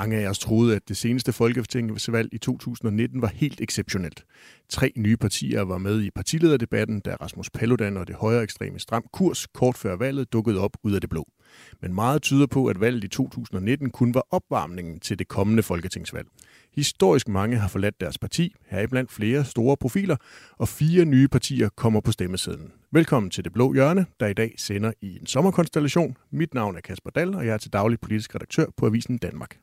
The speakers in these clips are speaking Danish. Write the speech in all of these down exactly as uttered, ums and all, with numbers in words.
Mange af os troede, at det seneste folketingsvalg i to tusind nitten var helt exceptionelt. Tre nye partier var med i partilederdebatten, da Rasmus Paludan og det højere ekstreme Stram Kurs kort før valget dukkede op ud af det blå. Men meget tyder på, at valget i to tusind nitten kun var opvarmningen til det kommende folketingsvalg. Historisk mange har forladt deres parti, heriblandt flere store profiler, og fire nye partier kommer på stemmesedlen. Velkommen til Det Blå Hjørne, der i dag sender i en sommerkonstellation. Mit navn er Kasper Dahl, og jeg er til daglig politisk redaktør på Avisen Danmark.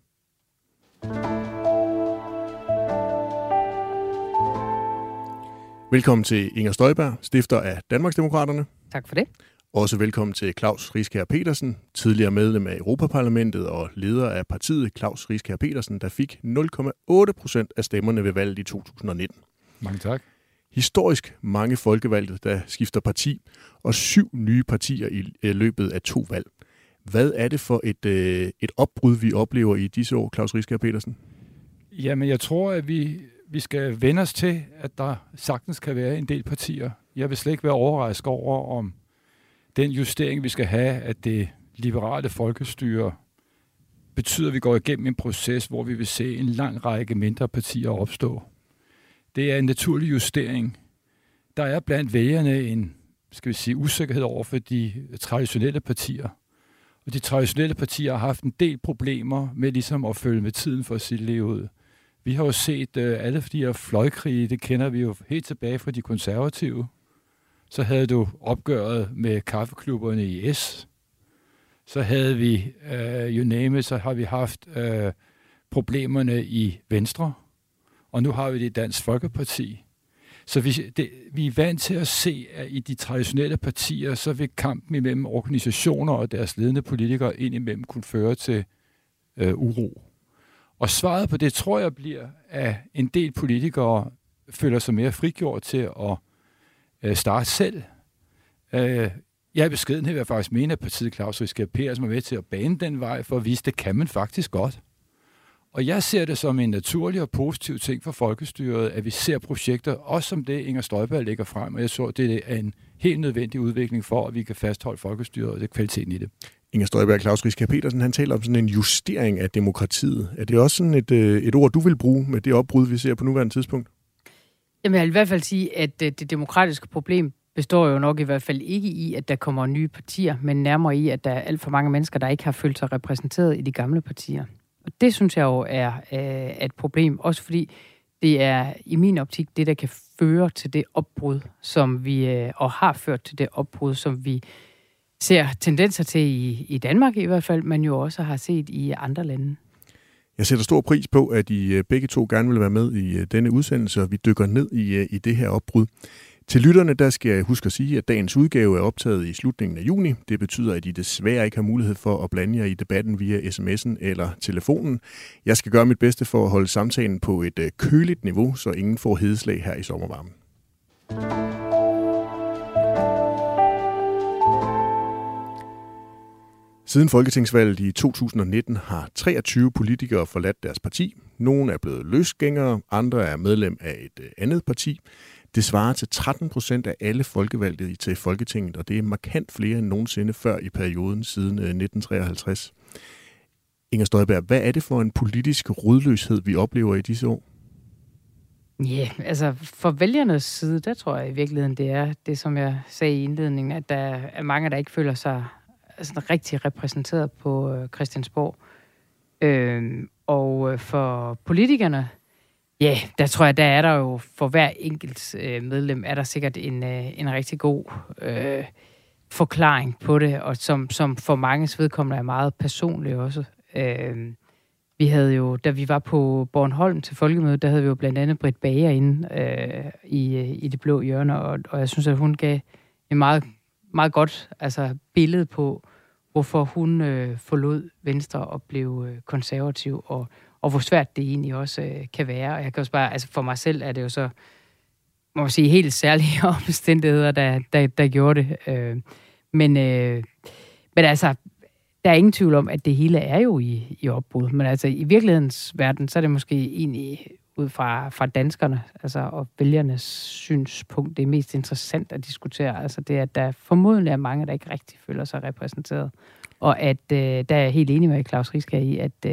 Velkommen til Inger Støjberg, stifter af Danmarksdemokraterne. Tak for det. Også velkommen til Klaus Riskær Pedersen, tidligere medlem af Europaparlamentet og leder af partiet Klaus Riskær Pedersen, der fik nul komma otte procent af stemmerne ved valget i to tusind nitten. Mange tak. Historisk mange folkevalgte, der skifter parti, og syv nye partier i løbet af to valg. Hvad er det for et, et opbrud, vi oplever i disse år, Klaus Riskær Pedersen? Jamen, jeg tror, at vi, vi skal vende os til, at der sagtens kan være en del partier. Jeg vil slet ikke være overrasket over, om den justering, vi skal have, at det liberale folkestyre betyder, at vi går igennem en proces, hvor vi vil se en lang række mindre partier opstå. Det er en naturlig justering. Der er blandt vælgerne en, skal vi sige, usikkerhed over for de traditionelle partier. Og de traditionelle partier har haft en del problemer med ligesom at følge med tiden for sit liv ud. Vi har jo set uh, alle de her fløjkrige, det kender vi jo helt tilbage fra de konservative. Så havde du opgøret med kaffeklubberne i S. Så havde vi, uh, you name it, så har vi haft uh, problemerne i Venstre. Og nu har vi det i Dansk Folkeparti. Så vi, det, vi er vant til at se, at i de traditionelle partier, så vil kampen imellem organisationer og deres ledende politikere indimellem kunne føre til øh, uro. Og svaret på det, tror jeg, bliver, at en del politikere føler sig mere frigjort til at øh, starte selv. Øh, jeg er beskeden her, vil jeg faktisk mene, at partiet Klaus Riskær Pedersen er med til at bane den vej, for at vise, at det kan man faktisk godt. Og jeg ser det som en naturlig og positiv ting for folkestyret, at vi ser projekter, også som det Inger Støjberg lægger frem, og jeg så, det er en helt nødvendig udvikling for, at vi kan fastholde folkestyret, og det er kvaliteten i det. Inger Støjberg og Klaus Riskær Pedersen, han taler om sådan en justering af demokratiet. Er det også sådan et, et ord, du vil bruge med det opbrud, vi ser på nuværende tidspunkt? Jamen, jeg vil i hvert fald sige, at det demokratiske problem består jo nok i hvert fald ikke i, at der kommer nye partier, men nærmere i, at der er alt for mange mennesker, der ikke har følt sig repræsenteret i de gamle partier. Og det synes jeg jo er øh, et problem, også fordi det er i min optik det, der kan føre til det opbrud, som vi, øh, og har ført til det opbrud, som vi ser tendenser til i, i Danmark i hvert fald, men jo også har set i andre lande. Jeg sætter stor pris på, at I begge to gerne vil være med i denne udsendelse, og vi dykker ned i, i det her opbrud. Til lytterne, der skal jeg huske at sige, at dagens udgave er optaget i slutningen af juni. Det betyder, at I desværre ikke har mulighed for at blande jer i debatten via sms'en eller telefonen. Jeg skal gøre mit bedste for at holde samtalen på et køligt niveau, så ingen får hedeslag her i sommervarmen. Siden folketingsvalget i to tusind nitten har treogtyve politikere forladt deres parti. Nogle er blevet løsgængere, andre er medlem af et andet parti. Det svarer til tretten procent af alle folkevalgte til Folketinget, og det er markant flere end nogensinde før i perioden siden nitten treoghalvtreds. Inger Støjberg, hvad er det for en politisk rodløshed, vi oplever i disse år? Ja, yeah, altså for vælgernes side, der tror jeg i virkeligheden, det er det, som jeg sagde i indledningen, at der er mange, der ikke føler sig altså, rigtig repræsenteret på Christiansborg. Øhm, og for politikerne, ja, yeah, der tror jeg, der er der jo for hver enkelt øh, medlem, er der sikkert en, øh, en rigtig god øh, forklaring på det, og som, som for manges vedkommende er meget personligt også. Øh, vi havde jo, da vi var på Bornholm til folkemødet, der havde vi jo blandt andet Britt Bager inde øh, i, i Det Blå Hjørne, og, og jeg synes, at hun gav en meget, meget godt altså, billede på, hvorfor hun øh, forlod Venstre og blev øh, konservativ, og og hvor svært det egentlig også øh, kan være. Og jeg kan også bare, altså for mig selv er det jo så, må man sige, helt særlige omstændigheder, der, der, der gjorde det. Øh, men, øh, men altså, der er ingen tvivl om, at det hele er jo i, i opbrud. Men altså, i virkelighedens verden, så er det måske egentlig ud fra, fra danskerne, altså, og vælgernes synspunkt, det er mest interessant at diskutere. Altså, det er, at der formodentlig er mange, der ikke rigtig føler sig repræsenteret. Og at, øh, der er jeg helt enig med Klaus Riskær i, at øh,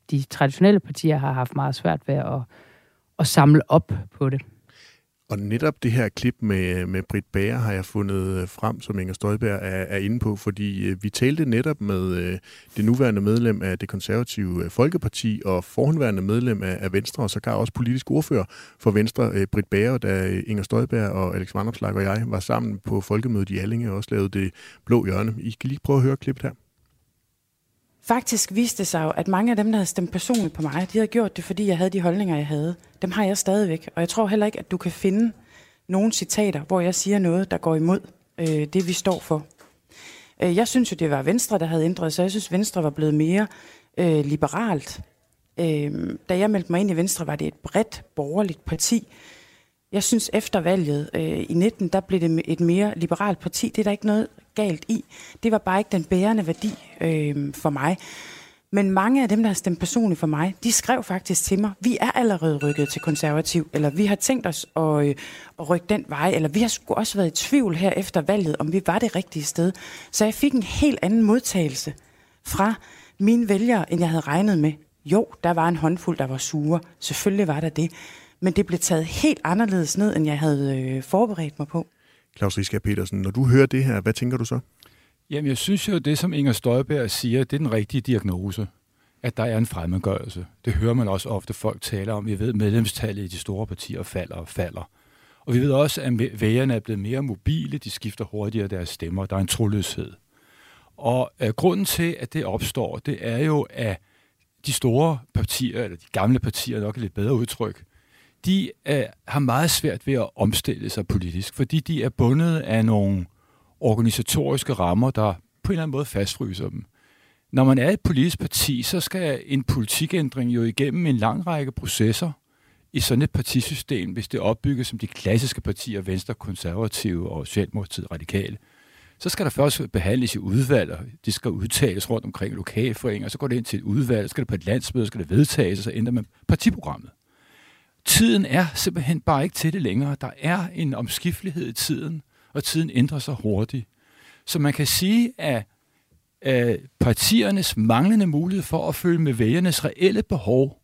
de traditionelle partier har haft meget svært ved at, at samle op på det. Og netop det her klip med, med Britt Bager har jeg fundet frem, som Inger Støjberg er, er inde på, fordi vi talte netop med det nuværende medlem af det konservative Folkeparti og forhenværende medlem af, af Venstre, og sågar også politisk ordfører for Venstre, Britt Bager, da Inger Støjberg og Alex Vanopslagh og jeg var sammen på folkemødet i Allinge og også lavede Det Blå Hjørne. I kan lige prøve at høre klippet her. Faktisk viste det sig jo, at mange af dem, der havde stemt personligt på mig, de havde gjort det, fordi jeg havde de holdninger, jeg havde. Dem har jeg stadigvæk, og jeg tror heller ikke, at du kan finde nogle citater, hvor jeg siger noget, der går imod øh, det, vi står for. Øh, jeg synes jo, det var Venstre, der havde ændret sig. Jeg synes, Venstre var blevet mere øh, liberalt. Øh, da jeg meldte mig ind i Venstre, var det et bredt borgerligt parti. Jeg synes, efter valget øh, i nitten, der blev det et mere liberalt parti. Det er der ikke noget galt i. Det var bare ikke den bærende værdi øh, for mig. Men mange af dem, der har stemt personligt for mig, de skrev faktisk til mig, vi er allerede rykket til konservativ, eller vi har tænkt os at, øh, at rykke den vej, eller vi har sgu også været i tvivl her efter valget, om vi var det rigtige sted. Så jeg fik en helt anden modtagelse fra mine vælgere, end jeg havde regnet med. Jo, der var en håndfuld, der var sure. Selvfølgelig var der det. Men det blev taget helt anderledes ned, end jeg havde øh, forberedt mig på. Claus Riskær Petersen, når du hører det her, hvad tænker du så? Jamen, jeg synes jo, det som Inger Støjberg siger, det er den rigtige diagnose, at der er en fremmedgørelse. Det hører man også ofte folk taler om. Vi ved, at medlemstallet i de store partier falder og falder. Og vi ved også, at vælgerne er blevet mere mobile, de skifter hurtigere deres stemmer, der er en troløshed. Og øh, grunden til, at det opstår, det er jo, at de store partier, eller de gamle partier, nok er lidt bedre udtryk, de øh, har meget svært ved at omstille sig politisk, fordi de er bundet af nogle organisatoriske rammer, der på en eller anden måde fastfryser dem. Når man er et politisk parti, så skal en politikændring jo igennem en lang række processer i sådan et partisystem, hvis det opbygges som de klassiske partier, Venstre, Konservative og Socialdemokratiet, Radikale. Så skal der først behandles i udvalg, og det skal udtales rundt omkring lokalforeninger, så går det ind til et udvalg, så skal det på et landsmøde, så skal det vedtages, og så ændrer man partiprogrammet. Tiden er simpelthen bare ikke til det længere. Der er en omskiftelighed i tiden, og tiden ændrer sig hurtigt. Så man kan sige, at øh, partiernes manglende mulighed for at følge med vælgernes reelle behov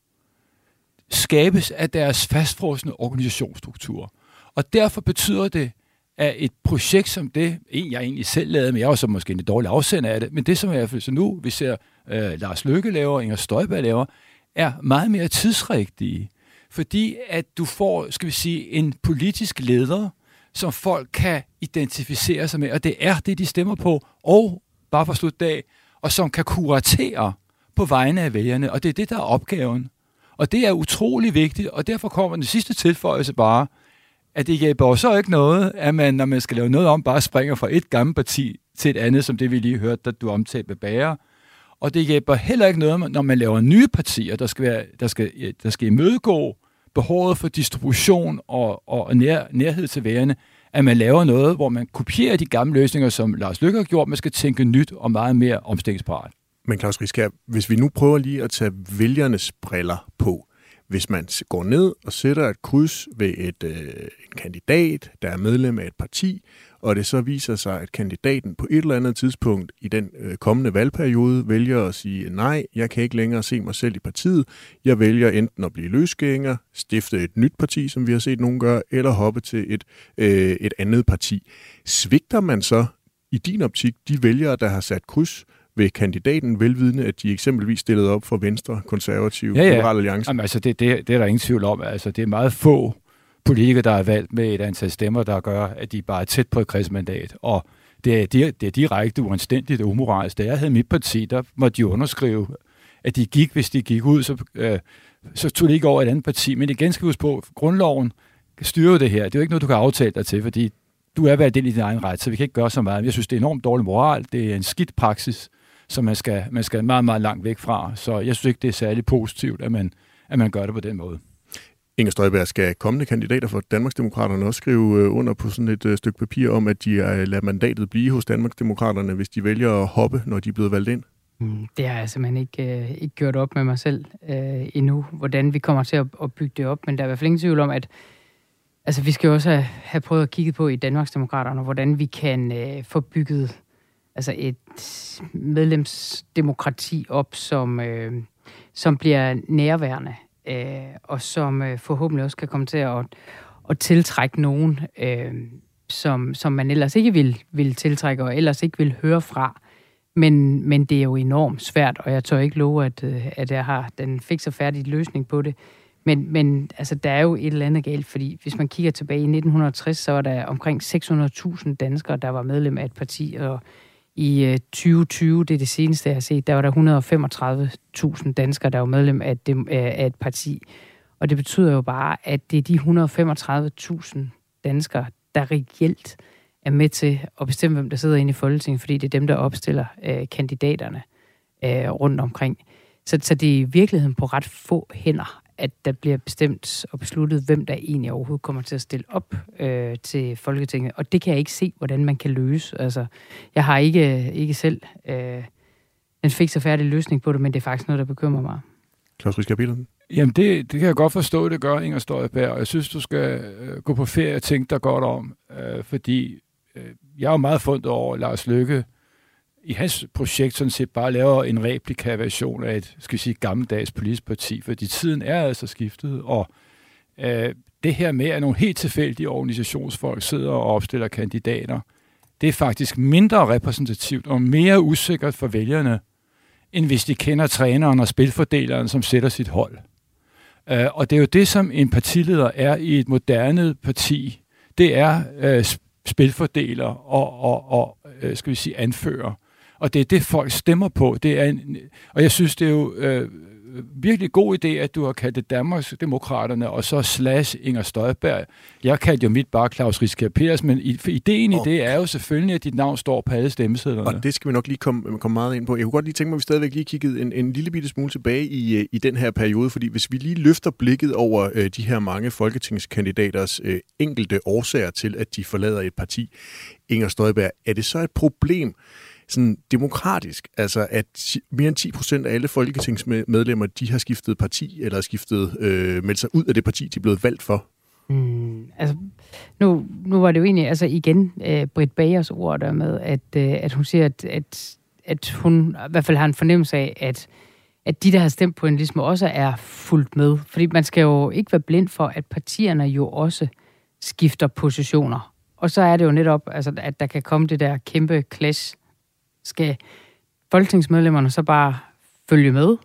skabes af deres fastfrosne organisationsstruktur. Og derfor betyder det, at et projekt som det, en jeg egentlig selv lavede, men jeg var så måske en dårlig afsender af det, men det som jeg i hvert fald så nu, vi ser øh, Lars Løkke laver, Inger Støjberg laver, er meget mere tidsrigtige. Fordi at du får, skal vi sige, en politisk leder, som folk kan identificere sig med, og det er det, de stemmer på, og bare for slutdag, og som kan kuratere på vegne af vælgerne, og det er det, der er opgaven. Og det er utrolig vigtigt, og derfor kommer den sidste tilføjelse bare, at det hjælper så ikke noget, at man, når man skal lave noget om, bare springer fra et gammelt parti til et andet, som det vi lige hørte, da du omtalte med Bager. Og det hjælper heller ikke noget, når man laver nye partier, der skal, være, der skal, der skal imødegå behovet for distribution og, og nær, nærhed til vælgerne, at man laver noget, hvor man kopierer de gamle løsninger, som Lars Løkke har gjort, man skal tænke nyt og meget mere omstillingsparat. Men Claus Riskær, hvis vi nu prøver lige at tage vælgernes briller på, hvis man går ned og sætter et kryds ved et, øh, en kandidat, der er medlem af et parti, og det så viser sig, at kandidaten på et eller andet tidspunkt i den øh, kommende valgperiode vælger at sige, nej, jeg kan ikke længere se mig selv i partiet. Jeg vælger enten at blive løsgænger, stifte et nyt parti, som vi har set nogen gøre, eller hoppe til et, øh, et andet parti. Svigter man så i din optik de vælgere, der har sat kryds ved kandidaten, velvidende, at de eksempelvis stillede op for Venstre, Konservative, ja, ja. Liberal Alliance? Jamen, altså, det, det, det er der ingen tvivl om. Altså, det er meget få politikere, der er valgt med et antal stemmer, der gør, at de bare er tæt på et kredsmandat. Og det er, det er direkte uanstændigt og umoralsk. Da jeg havde mit parti, der måtte de underskrive, at de gik, hvis de gik ud, så, øh, så tog de ikke over et andet parti. Men igen skal vi huske på, grundloven styrer det her. Det er jo ikke noget, du kan aftale dig til, fordi du er valgt ind i din egen ret, så vi kan ikke gøre så meget. Jeg synes, det er enormt dårlig moral. Det er en skidt praksis, som man skal, man skal meget, meget langt væk fra. Så jeg synes ikke, det er særlig positivt, at man, at man gør det på den måde. Inger Støjberg, skal kommende kandidater for Danmarksdemokraterne også skrive under på sådan et uh, stykke papir om, at de er, lader mandatet blive hos Danmarksdemokraterne, hvis de vælger at hoppe, når de er blevet valgt ind? Mm, det har jeg simpelthen ikke, øh, ikke gjort op med mig selv øh, endnu, hvordan vi kommer til at, at bygge det op. Men der er i hvert fald ingen tvivl om, at altså, vi skal også have, have prøvet at kigge på i Danmarksdemokraterne, hvordan vi kan øh, få bygget altså et medlemsdemokrati op, som, øh, som bliver nærværende, øh, og som øh, forhåbentlig også kan komme til at, at tiltrække nogen, øh, som, som man ellers ikke vil, vil tiltrække, og ellers ikke vil høre fra. Men, men det er jo enormt svært, og jeg tør ikke love, at, at jeg har den fikse færdige løsning på det. Men, men altså, der er jo et eller andet galt, fordi hvis man kigger tilbage i nitten tres, så var der omkring seks hundrede tusind danskere, der var medlem af et parti, og i tyve tyve, det er det seneste, jeg har set, der var der et hundrede og femogtredive tusind danskere, der var medlem af et, af et parti. Og det betyder jo bare, at det er de et hundrede og femogtredive tusind danskere, der reelt er med til at bestemme, hvem der sidder inde i Folketinget, fordi det er dem, der opstiller øh, kandidaterne øh, rundt omkring. Så, så det er i virkeligheden på ret få hænder, at der bliver bestemt og besluttet, hvem der egentlig overhovedet kommer til at stille op øh, til Folketinget. Og det kan jeg ikke se, hvordan man kan løse. Altså, jeg har ikke, ikke selv øh, en fiks og færdig løsning på det, men det er faktisk noget, der bekymrer mig. Klaus Riskær Pedersen? Jamen, det, det kan jeg godt forstå, det gør Inger Støjberg, og jeg synes, du skal øh, gå på ferie og tænke dig godt om, øh, fordi øh, jeg er jo meget fundet over Lars Løkke i hans projekt sådan set bare laver en replika-version af et, skal vi sige, gammeldags politisk parti, fordi tiden er altså skiftet, og øh, det her med, at nogle helt tilfældige organisationsfolk sidder og opstiller kandidater, det er faktisk mindre repræsentativt og mere usikkert for vælgerne, end hvis de kender træneren og spilfordeleren, som sætter sit hold. Uh, og det er jo det, som en partileder er i et moderne parti. Det er uh, spilfordeler og, og, og uh, skal vi sige, anfører. Og det er det, folk stemmer på. Det er en, og jeg synes, det er jo øh, virkelig god idé, at du har kaldt det Danmarks Demokraterne, og så slash Inger Støjberg. Jeg kaldte jo mit bare Klaus Riskær Pedersen, men ideen i det er jo selvfølgelig, at dit navn står på alle stemmesedlerne. Og det skal vi nok lige komme, komme meget ind på. Jeg kunne godt lige tænke mig, at vi stadigvæk lige kiggede en, en lille bitte smule tilbage i, i den her periode, fordi hvis vi lige løfter blikket over øh, de her mange folketingskandidaters øh, enkelte årsager til, at de forlader et parti, Inger Støjberg, er det så et problem, sådan demokratisk, altså at mere end ti procent af alle folketingsmedlemmer, de har skiftet parti, eller har skiftet, øh, meldt sig ud af det parti, de er blevet valgt for? Mm, altså, nu, nu var det jo egentlig, altså igen, øh, Britt Bagers ord der med, at, øh, at hun siger, at, at, at hun i hvert fald har en fornemmelse af, at, at de, der har stemt på hende, ligesom også er fuldt med. Fordi man skal jo ikke være blind for, at partierne jo også skifter positioner. Og så er det jo netop, altså, at der kan komme det der kæmpe clash. Skal folketingsmedlemmerne så bare følge med,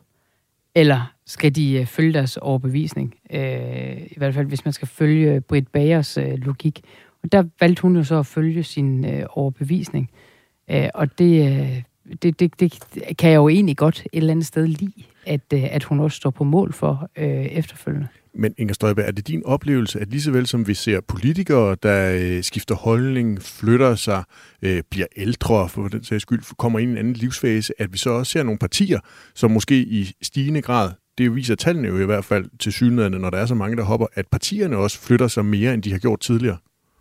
eller skal de følge deres overbevisning? Øh, I hvert fald, hvis man skal følge Britt Bagers øh, logik. Og der valgte hun jo så at følge sin øh, overbevisning. Øh, og det, øh, det, det, det kan jeg jo egentlig godt et eller andet sted lide, at, øh, at hun også står på mål for øh, efterfølgende. Men Inger Støjberg, er det din oplevelse, at lige så vel som vi ser politikere, der øh, skifter holdning, flytter sig, øh, bliver ældre, for den sags skyld, kommer ind i en anden livsfase, at vi så også ser nogle partier, som måske i stigende grad, det viser tallene jo i hvert fald til synligheden, når der er så mange, der hopper, at partierne også flytter sig mere, end de har gjort tidligere?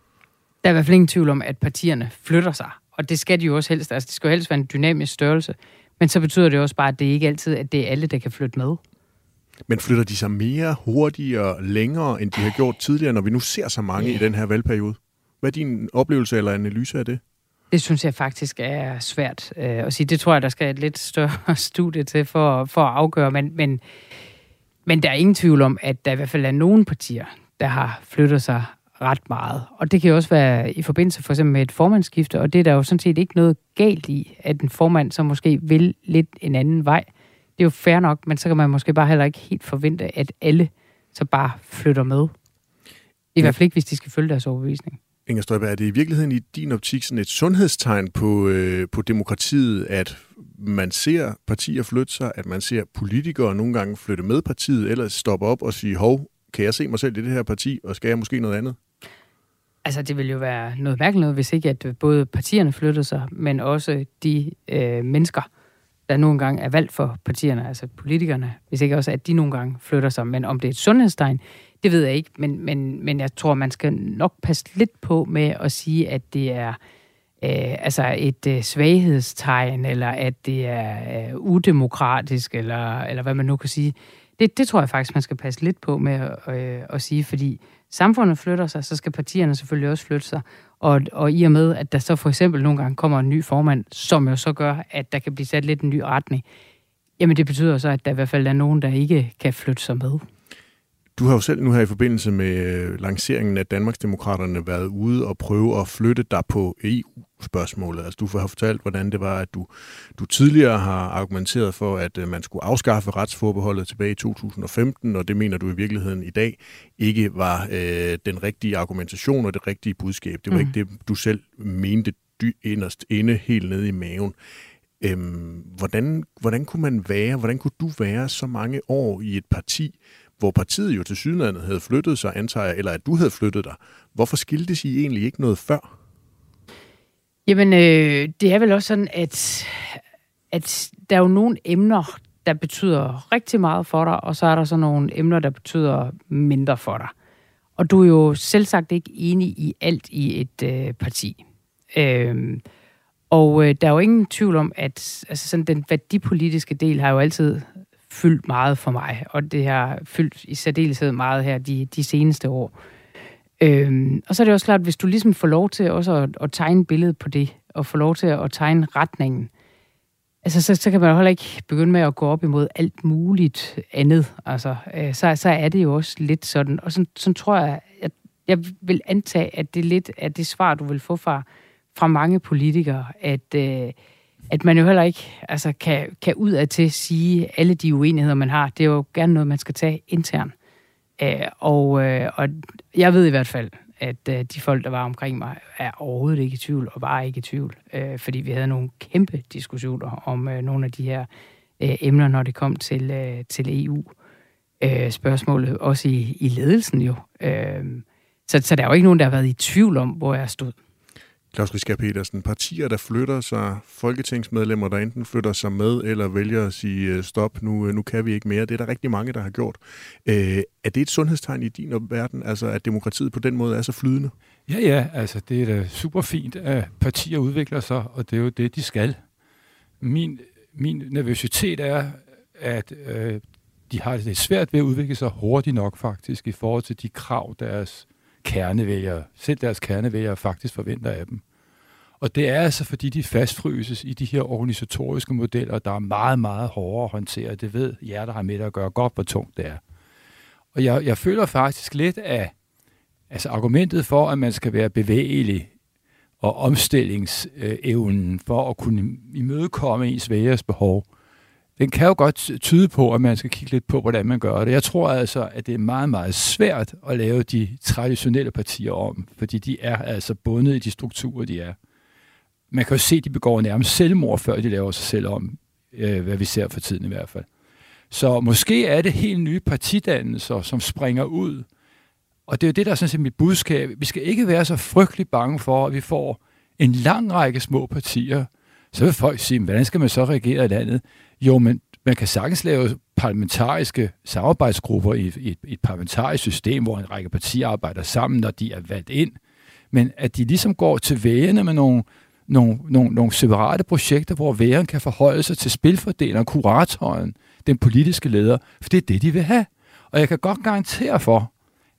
Der er i hvert fald ingen tvivl om, at partierne flytter sig, og det skal de jo også helst. Altså, det skal jo helst være en dynamisk størrelse, men så betyder det også bare, at det ikke altid at det er alle, der kan flytte med. Men flytter de sig mere, hurtigere, længere, end de har gjort tidligere, når vi nu ser så mange yeah. i den her valgperiode? Hvad er din oplevelse eller analyse af det? Det synes jeg faktisk er svært øh, at sige. Det tror jeg, der skal et lidt større studie til for, for at afgøre. Men, men, men der er ingen tvivl om, at der i hvert fald er nogle partier, der har flyttet sig ret meget. Og det kan jo også være i forbindelse for eksempel med et formandsskifte, og det er der jo sådan set ikke noget galt i, at en formand så måske vil lidt en anden vej. Det er jo fair nok, men så kan man måske bare heller ikke helt forvente, at alle så bare flytter med. I ja. hvert fald ikke, hvis de skal følge deres overbevisning. Inger Støjberg, er det i virkeligheden i din optik sådan et sundhedstegn på, øh, på demokratiet, at man ser partier flytte sig, at man ser politikere nogle gange flytte med partiet, eller stoppe op og sige, hov, kan jeg se mig selv i det her parti, og skal jeg måske noget andet? Altså, det vil jo være noget mærkeligt noget, hvis ikke at både partierne flytter sig, men også de øh, mennesker, der nogle gange er valgt for partierne, altså politikerne, hvis ikke også, at de nogle gange flytter sig. Men om det er et sundhedstegn, det ved jeg ikke, men, men, men jeg tror, man skal nok passe lidt på med at sige, at det er øh, altså et øh, svaghedstegn, eller at det er øh, udemokratisk, eller, eller hvad man nu kan sige. Det, det tror jeg faktisk, man skal passe lidt på med at, øh, at sige, fordi samfundet flytter sig, så skal partierne selvfølgelig også flytte sig. Og, og i og med, at der så for eksempel nogle gange kommer en ny formand, som jo så gør, at der kan blive sat lidt en ny retning, Jamen det betyder så, at der i hvert fald er nogen, der ikke kan flytte sig med. Du har jo selv nu her i forbindelse med lanceringen af Danmarksdemokraterne været ude og prøve at flytte dig på E U-spørgsmålet. Altså du har fortalt, hvordan det var, at du, du tidligere har argumenteret for, at man skulle afskaffe retsforbeholdet tilbage i to tusind og femten, og det mener du i virkeligheden i dag ikke var øh, den rigtige argumentation og det rigtige budskab. Det var mm. ikke det, du selv mente dy- inderst inde helt nede i maven. Øhm, hvordan, hvordan kunne man være, hvordan kunne du være så mange år i et parti, hvor partiet jo til sydenlandet havde flyttet sig, antager jeg, eller at du havde flyttet dig. Hvorfor skiltes I egentlig ikke noget før? Jamen, øh, det er vel også sådan, at, at der er jo nogle emner, der betyder rigtig meget for dig, og så er der så nogle emner, der betyder mindre for dig. Og du er jo selvsagt ikke enig i alt i et øh, parti. Øh, og øh, der er jo ingen tvivl om, at altså sådan, den værdipolitiske del har jo altid fyldt meget for mig, og det har fyldt i særdeleshed meget her de, de seneste år. Øhm, og så er det også klart, at hvis du ligesom får lov til også at, at tegne billedet på det, og får lov til at tegne retningen, altså så, så kan man jo heller ikke begynde med at gå op imod alt muligt andet. Altså, øh, så, så er det jo også lidt sådan. Og sådan, sådan tror jeg, at jeg vil antage, at det er lidt af det svar, du vil få fra, fra mange politikere, at øh, at man jo heller ikke altså, kan, kan ud af til sige alle de uenigheder, man har. Det er jo gerne noget, man skal tage internt. Øh, og, øh, og jeg ved i hvert fald, at øh, de folk, der var omkring mig, er overhovedet ikke i tvivl, og var ikke i tvivl. Øh, fordi vi havde nogle kæmpe diskussioner om øh, nogle af de her øh, emner, når det kom til, øh, til E U-spørgsmålet. Øh, også i, i ledelsen jo. Øh, så, så der er jo ikke nogen, der har været i tvivl om, hvor jeg stod. Claus Riskær Petersen, partier, der flytter sig, folketingsmedlemmer, der enten flytter sig med, eller vælger at sige, stop, nu, nu kan vi ikke mere. Det er der rigtig mange, der har gjort. Øh, er det et sundhedstegn i din verden, altså at demokratiet på den måde er så flydende? Ja, ja, altså det er da super fint, at partier udvikler sig, og det er jo det, de skal. Min, min nervøsitet er, at øh, de har det svært ved at udvikle sig hurtigt nok faktisk, i forhold til de krav, deres kernevælgere, selv deres kernevælgere faktisk forventer af dem. Og det er altså, fordi de fastfryses i de her organisatoriske modeller, der er meget, meget hårdere at håndtere. Det ved jer, der har med at gøre godt, hvor tungt det er. Og jeg, jeg føler faktisk lidt af altså argumentet for, at man skal være bevægelig og omstillingsevnen for at kunne imødekomme ens vælgers behov. Den kan jo godt tyde på, at man skal kigge lidt på, hvordan man gør det. Jeg tror altså, at det er meget, meget svært at lave de traditionelle partier om, fordi de er altså bundet i de strukturer, de er. Man kan jo se, at de begår nærmest selvmord, før de laver sig selv om, hvad vi ser for tiden i hvert fald. Så måske er det helt nye partidannelser, som springer ud. Og det er jo det, der er sådan set mit budskab. Vi skal ikke være så frygtelig bange for, at vi får en lang række små partier. Så vil folk sige, hvordan skal man så regere i landet? Jo, men man kan sagtens lave parlamentariske samarbejdsgrupper i, i, i et parlamentarisk system, hvor en række partier arbejder sammen, når de er valgt ind. Men at de ligesom går til vælgerne med nogle, nogle, nogle, nogle separate projekter, hvor vælgerne kan forholde sig til spilfordeleren, kuratoren, den politiske leder, for det er det, de vil have. Og jeg kan godt garantere for,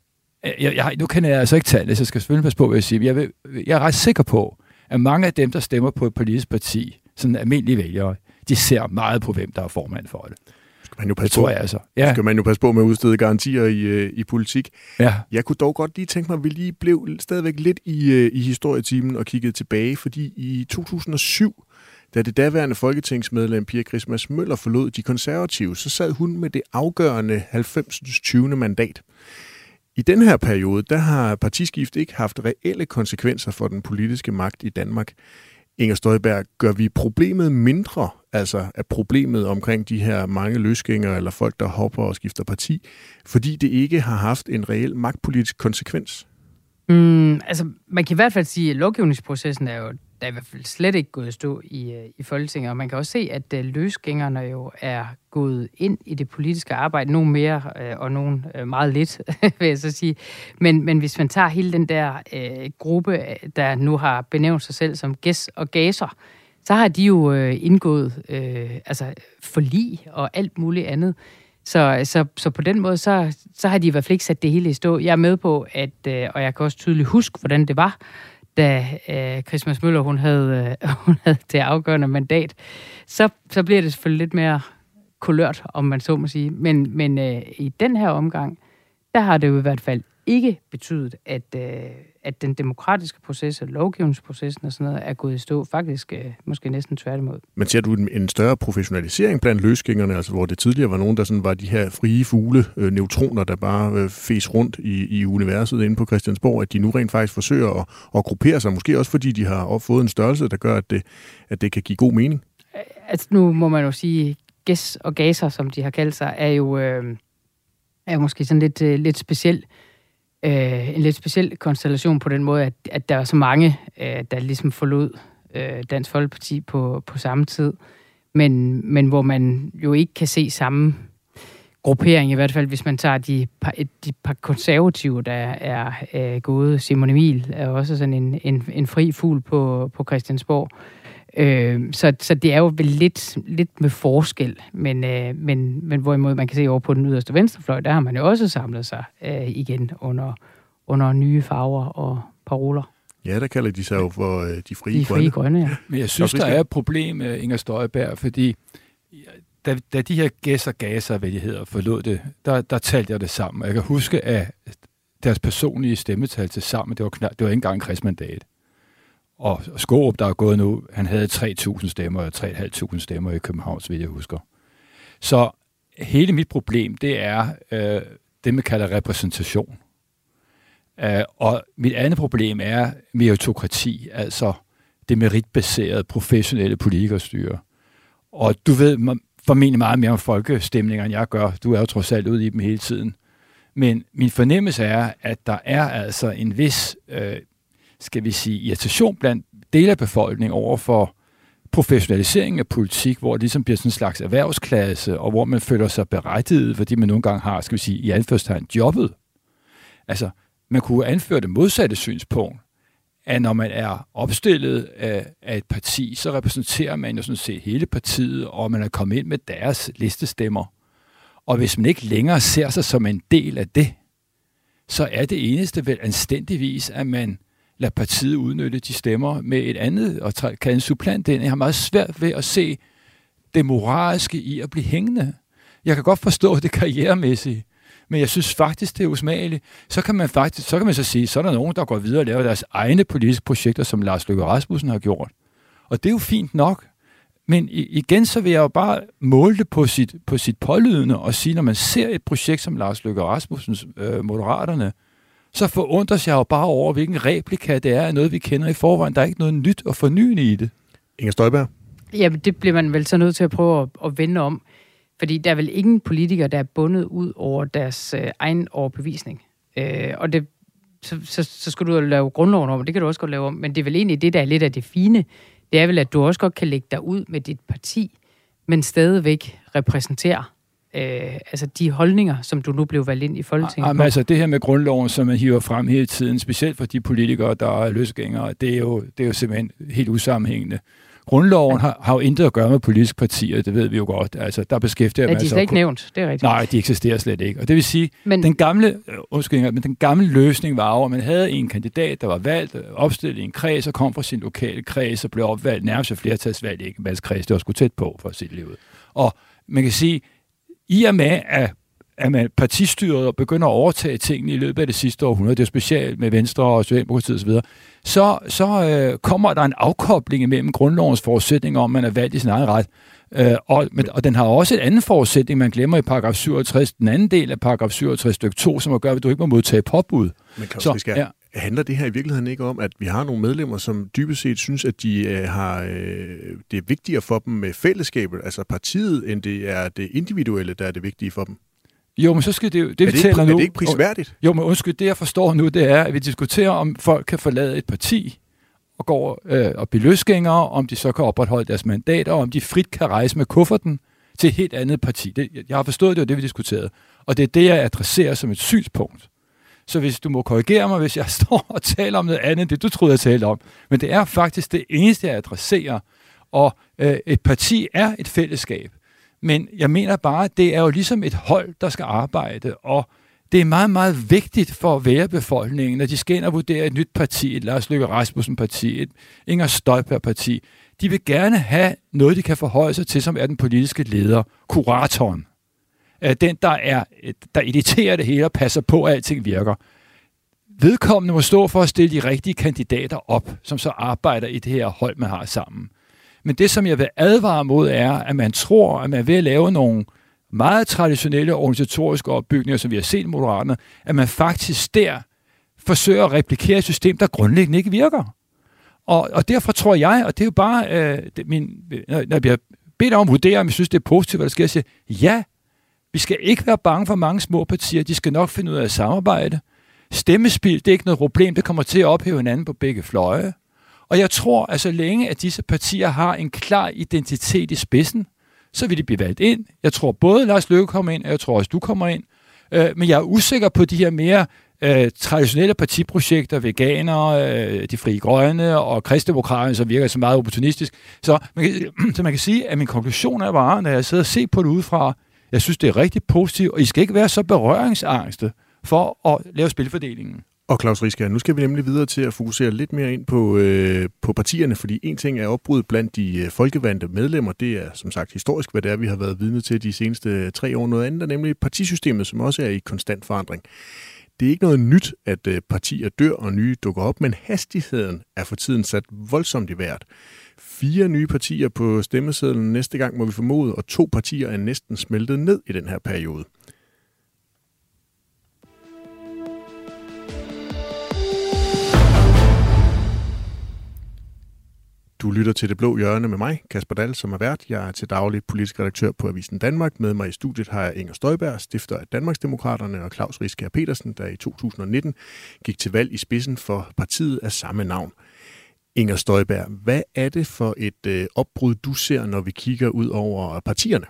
jeg, jeg, nu kan jeg altså ikke tale det, så jeg skal selvfølgelig passe på, hvad jeg siger, jeg, vil, jeg er ret sikker på, at mange af dem, der stemmer på et politisk parti, sådan almindelige vælgere, de ser meget på, hvem der er formand for det. Skal man jo passe det tror på. jeg altså. Ja. Skal man jo passe på med at udstede garantier i, i politik. Ja. Jeg kunne dog godt lige tænke mig, at vi lige blev stadigvæk lidt i, i historietimen og kiggede tilbage, fordi i to tusind og syv, da det daværende folketingsmedlem Pia Christmas Møller forlod De Konservative, så sad hun med det afgørende halvfems tyvende mandat. I den her periode, der har partiskift ikke haft reelle konsekvenser for den politiske magt i Danmark. Inger Støjberg, gør vi problemet mindre, altså at problemet omkring de her mange løsgængere eller folk, der hopper og skifter parti, fordi det ikke har haft en reel magtpolitisk konsekvens? Mm, altså, man kan i hvert fald sige, at lovgivningsprocessen er jo der er i hvert fald slet ikke gået at stå i, i Folketinget, og man kan også se, at uh, løsgængerne jo er gået ind i det politiske arbejde, nogle mere uh, og nogle uh, meget lidt, vil jeg så sige. Men, men hvis man tager hele den der uh, gruppe, der nu har benævnt sig selv som gæs og gaser, så har de jo uh, indgået uh, altså forlig og alt muligt andet. Så, så, så på den måde, så, så har de i hvert fald ikke sat det hele i stå. Jeg er med på, at, uh, og jeg kan også tydeligt huske, hvordan det var, da øh, Christmas Møller, hun havde, øh, hun havde det afgørende mandat, så, så bliver det selvfølgelig lidt mere kulørt, om man så må sige. Men, men øh, i den her omgang, der har det jo i hvert fald ikke betydet, at, øh, at den demokratiske proces og lovgivningsprocessen og sådan noget er gået i stå. Faktisk øh, måske næsten tværtimod. Men ser du en, en større professionalisering blandt løsgængerne, altså hvor det tidligere var nogen, der sådan var de her frie fugle, øh, neutroner, der bare øh, fes rundt i, i universet inde på Christiansborg, at de nu rent faktisk forsøger at, at gruppere sig, måske også fordi de har fået en størrelse, der gør, at det, at det kan give god mening? Altså nu må man jo sige, Gæs og Gaser, som de har kaldt sig, er jo, øh, er jo måske sådan lidt, øh, lidt speciel. Øh, en lidt speciel konstellation på den måde, at, at der er så mange, øh, der ligesom forlod øh, Dansk Folkeparti på, på samme tid, men, men hvor man jo ikke kan se samme gruppering, i hvert fald hvis man tager de par, de par konservative, der er øh, gået. Simon Emil er også sådan en, en, en fri fugl på, på Christiansborg. Øh, så, så det er jo vel lidt, lidt med forskel, men, øh, men, men hvorimod man kan se over på den yderste venstrefløj, der har man jo også samlet sig øh, igen under, under nye farver og paroler. Ja, der kalder de sig jo for øh, de frie de grønne. Frie grønne ja. Men jeg synes, der er et problem, Inger Støjberg, fordi da, da de her Gæs og Gaser, hvad de hedder, forlod det, der, der talte jeg det sammen. Jeg kan huske, at deres personlige stemmetal til sammen, det var, knap, det var ikke engang en krigsmandat. Og Skårup, der er gået nu, han havde tre tusind stemmer og tre tusind fem hundrede stemmer i København, så vidt jeg husker. Så hele mit problem, det er øh, det, man kalder repræsentation. Øh, og mit andet problem er meritokrati, altså det meritbaserede professionelle politikerstyre. Og du ved formentlig meget mere om folkestemninger, end jeg gør. Du er jo trods alt ude i dem hele tiden. Men min fornemmelse er, at der er altså en vis... Øh, skal vi sige, irritation blandt dele af befolkningen over for professionaliseringen af politik, hvor det ligesom bliver sådan en slags erhvervsklasse, og hvor man føler sig berettiget, fordi man nogle gange har, skal vi sige, i anførselstegn jobbet. Altså, man kunne anføre det modsatte synspunkt, at når man er opstillet af, af et parti, så repræsenterer man jo sådan set hele partiet, og man er kommet ind med deres listestemmer. Og hvis man ikke længere ser sig som en del af det, så er det eneste vel anstændigvis, at man lad partiet udnytte de stemmer med et andet, og kalde en supplant ind. Jeg har meget svært ved at se det moralske i at blive hængende. Jeg kan godt forstå det karrieremæssige, men jeg synes faktisk, det er usmageligt. Så kan man faktisk, så kan man så sige, så er der nogen, der går videre og laver deres egne politiske projekter, som Lars Løkke Rasmussen har gjort. Og det er jo fint nok. Men igen, så vil jeg jo bare måle det på sit, på sit pålydende og sige, når man ser et projekt som Lars Løkke Rasmussens øh, Moderaterne, så forundres jeg jo bare over, hvilken replika det er af noget, vi kender i forvejen. Der er ikke noget nyt og fornyende i det. Inger Støjberg? Jamen, det bliver man vel så nødt til at prøve at, at vende om. Fordi der er vel ingen politikere, der er bundet ud over deres øh, egen overbevisning. Øh, og det, så, så, så skal du lave grundloven om, og det kan du også godt lave om. Men det er vel egentlig det, der er lidt af det fine. Det er vel, at du også godt kan lægge dig ud med dit parti, men stadigvæk repræsentere Øh, altså de holdninger, som du nu blev valgt ind i Folketinget. Jamen, altså det her med grundloven, som man hiver frem hele tiden, specielt for de politikere, der er løsgængere, det er jo, det er jo simpelthen helt usammenhængende. Grundloven har, har jo intet at gøre med politiske partier, det ved vi jo godt. Altså, der beskæftiger man sig... Ja, de er slet ikke nævnt, det er rigtigt. Nej, de eksisterer slet ikke. Og det vil sige, men... den gamle, undskyld, men den gamle løsning var over, at man havde en kandidat, der var valgt, opstillet i en kreds, og kom fra sin lokale kreds, og blev opvalgt nærmest flertalsvalg i en valgskreds. Det var sgu tæt på for at sit liv. Og man kan sige, i og med, at, at man partistyret begynder at overtage tingene i løbet af det sidste århundrede, det er specielt med Venstre og Socialdemokratiet osv., så, så øh, kommer der en afkobling mellem grundlovens forudsætninger om, man er valgt i sin egen ret. Øh, og, men, og den har også et andet forudsætning, man glemmer i paragraf syvogtres, den anden del af paragraf syvogtres stykke to, som gør, at du ikke må modtage påbud. Men Claus, så, ja. Handler det her i virkeligheden ikke om, at vi har nogle medlemmer, som dybest set synes, at de øh, har øh, det er vigtigere for dem med fællesskabet, altså partiet, end det er det individuelle, der er det vigtige for dem? Jo, men så skal det jo... Det, er, vi det ikke, nu, er det ikke prisværdigt? Jo, men undskyld, det jeg forstår nu, det er, at vi diskuterer, om folk kan forlade et parti og gå øh, og blive løsgængere, om de så kan opretholde deres mandater, og om de frit kan rejse med kufferten til et helt andet parti. Det, jeg har forstået, det var det, vi diskuterede. Og det er det, jeg adresserer som et synspunkt. Så hvis du må korrigere mig, hvis jeg står og taler om noget andet end det, du troede, jeg talte om. Men det er faktisk det eneste, jeg adresserer. Og øh, et parti er et fællesskab. Men jeg mener bare, at det er jo ligesom et hold, der skal arbejde. Og det er meget, meget vigtigt for vælgerbefolkningen, når de skal ind og vurdere et nyt parti, et Lars Løkke Rasmussen-parti, et Inger Støjberg-parti. De vil gerne have noget, de kan forholde sig til, som er den politiske leder, kuratoren. Den, der, er, der editerer det hele og passer på, at alting virker. Vedkommende må stå for at stille de rigtige kandidater op, som så arbejder i det her hold, man har sammen. Men det, som jeg vil advare mod, er, at man tror, at man vil lave nogle meget traditionelle organisatoriske opbygninger, som vi har set i Moderaterne, at man faktisk der forsøger at replikere et system, der grundlæggende ikke virker. Og, og derfor tror jeg, og det er jo bare, øh, det, min, når jeg bliver bedt om at vurdere, om jeg synes, det er positivt, hvad der sker, jeg siger, ja, vi skal ikke være bange for mange små partier, de skal nok finde ud af at samarbejde. Stemmespil, det er ikke noget problem, det kommer til at ophæve hinanden på begge fløje. Og jeg tror, at så længe at disse partier har en klar identitet i spidsen, så vil de blive valgt ind. Jeg tror både Lars Løkke kommer ind, og jeg tror også, du kommer ind. Øh, men jeg er usikker på de her mere øh, traditionelle partiprojekter, veganere, øh, de frie grønne og kristdemokraterne, som virker så meget opportunistisk. Så man kan, så man kan sige, at min konklusion er bare, når jeg sidder og ser på det udefra, jeg synes, det er rigtig positivt, og I skal ikke være så berøringsangste for at lave spilfordelingen. Og Klaus Riskær, nu skal vi nemlig videre til at fokusere lidt mere ind på, øh, på partierne, fordi en ting er opbruddet blandt de øh, folkevalgte medlemmer. Det er som sagt historisk, hvad det er, vi har været vidne til de seneste tre år. Noget andet er nemlig partisystemet, som også er i konstant forandring. Det er ikke noget nyt, at øh, partier dør og nye dukker op, men hastigheden er for tiden sat voldsomt i vejret. Fire nye partier på stemmesedlen næste gang, må vi formode, og to partier er næsten smeltet ned i den her periode. Du lytter til Det Blå Hjørne med mig, Kasper Dahl, som er vært. Jeg er til daglig politisk redaktør på Avisen Danmark. Med mig i studiet har jeg Inger Støjberg, stifter af Danmarksdemokraterne, og Klaus Riskær Petersen, der i to tusind nitten gik til valg i spidsen for partiet af samme navn. Inger Støjberg, hvad er det for et øh, opbrud, du ser, når vi kigger ud over partierne?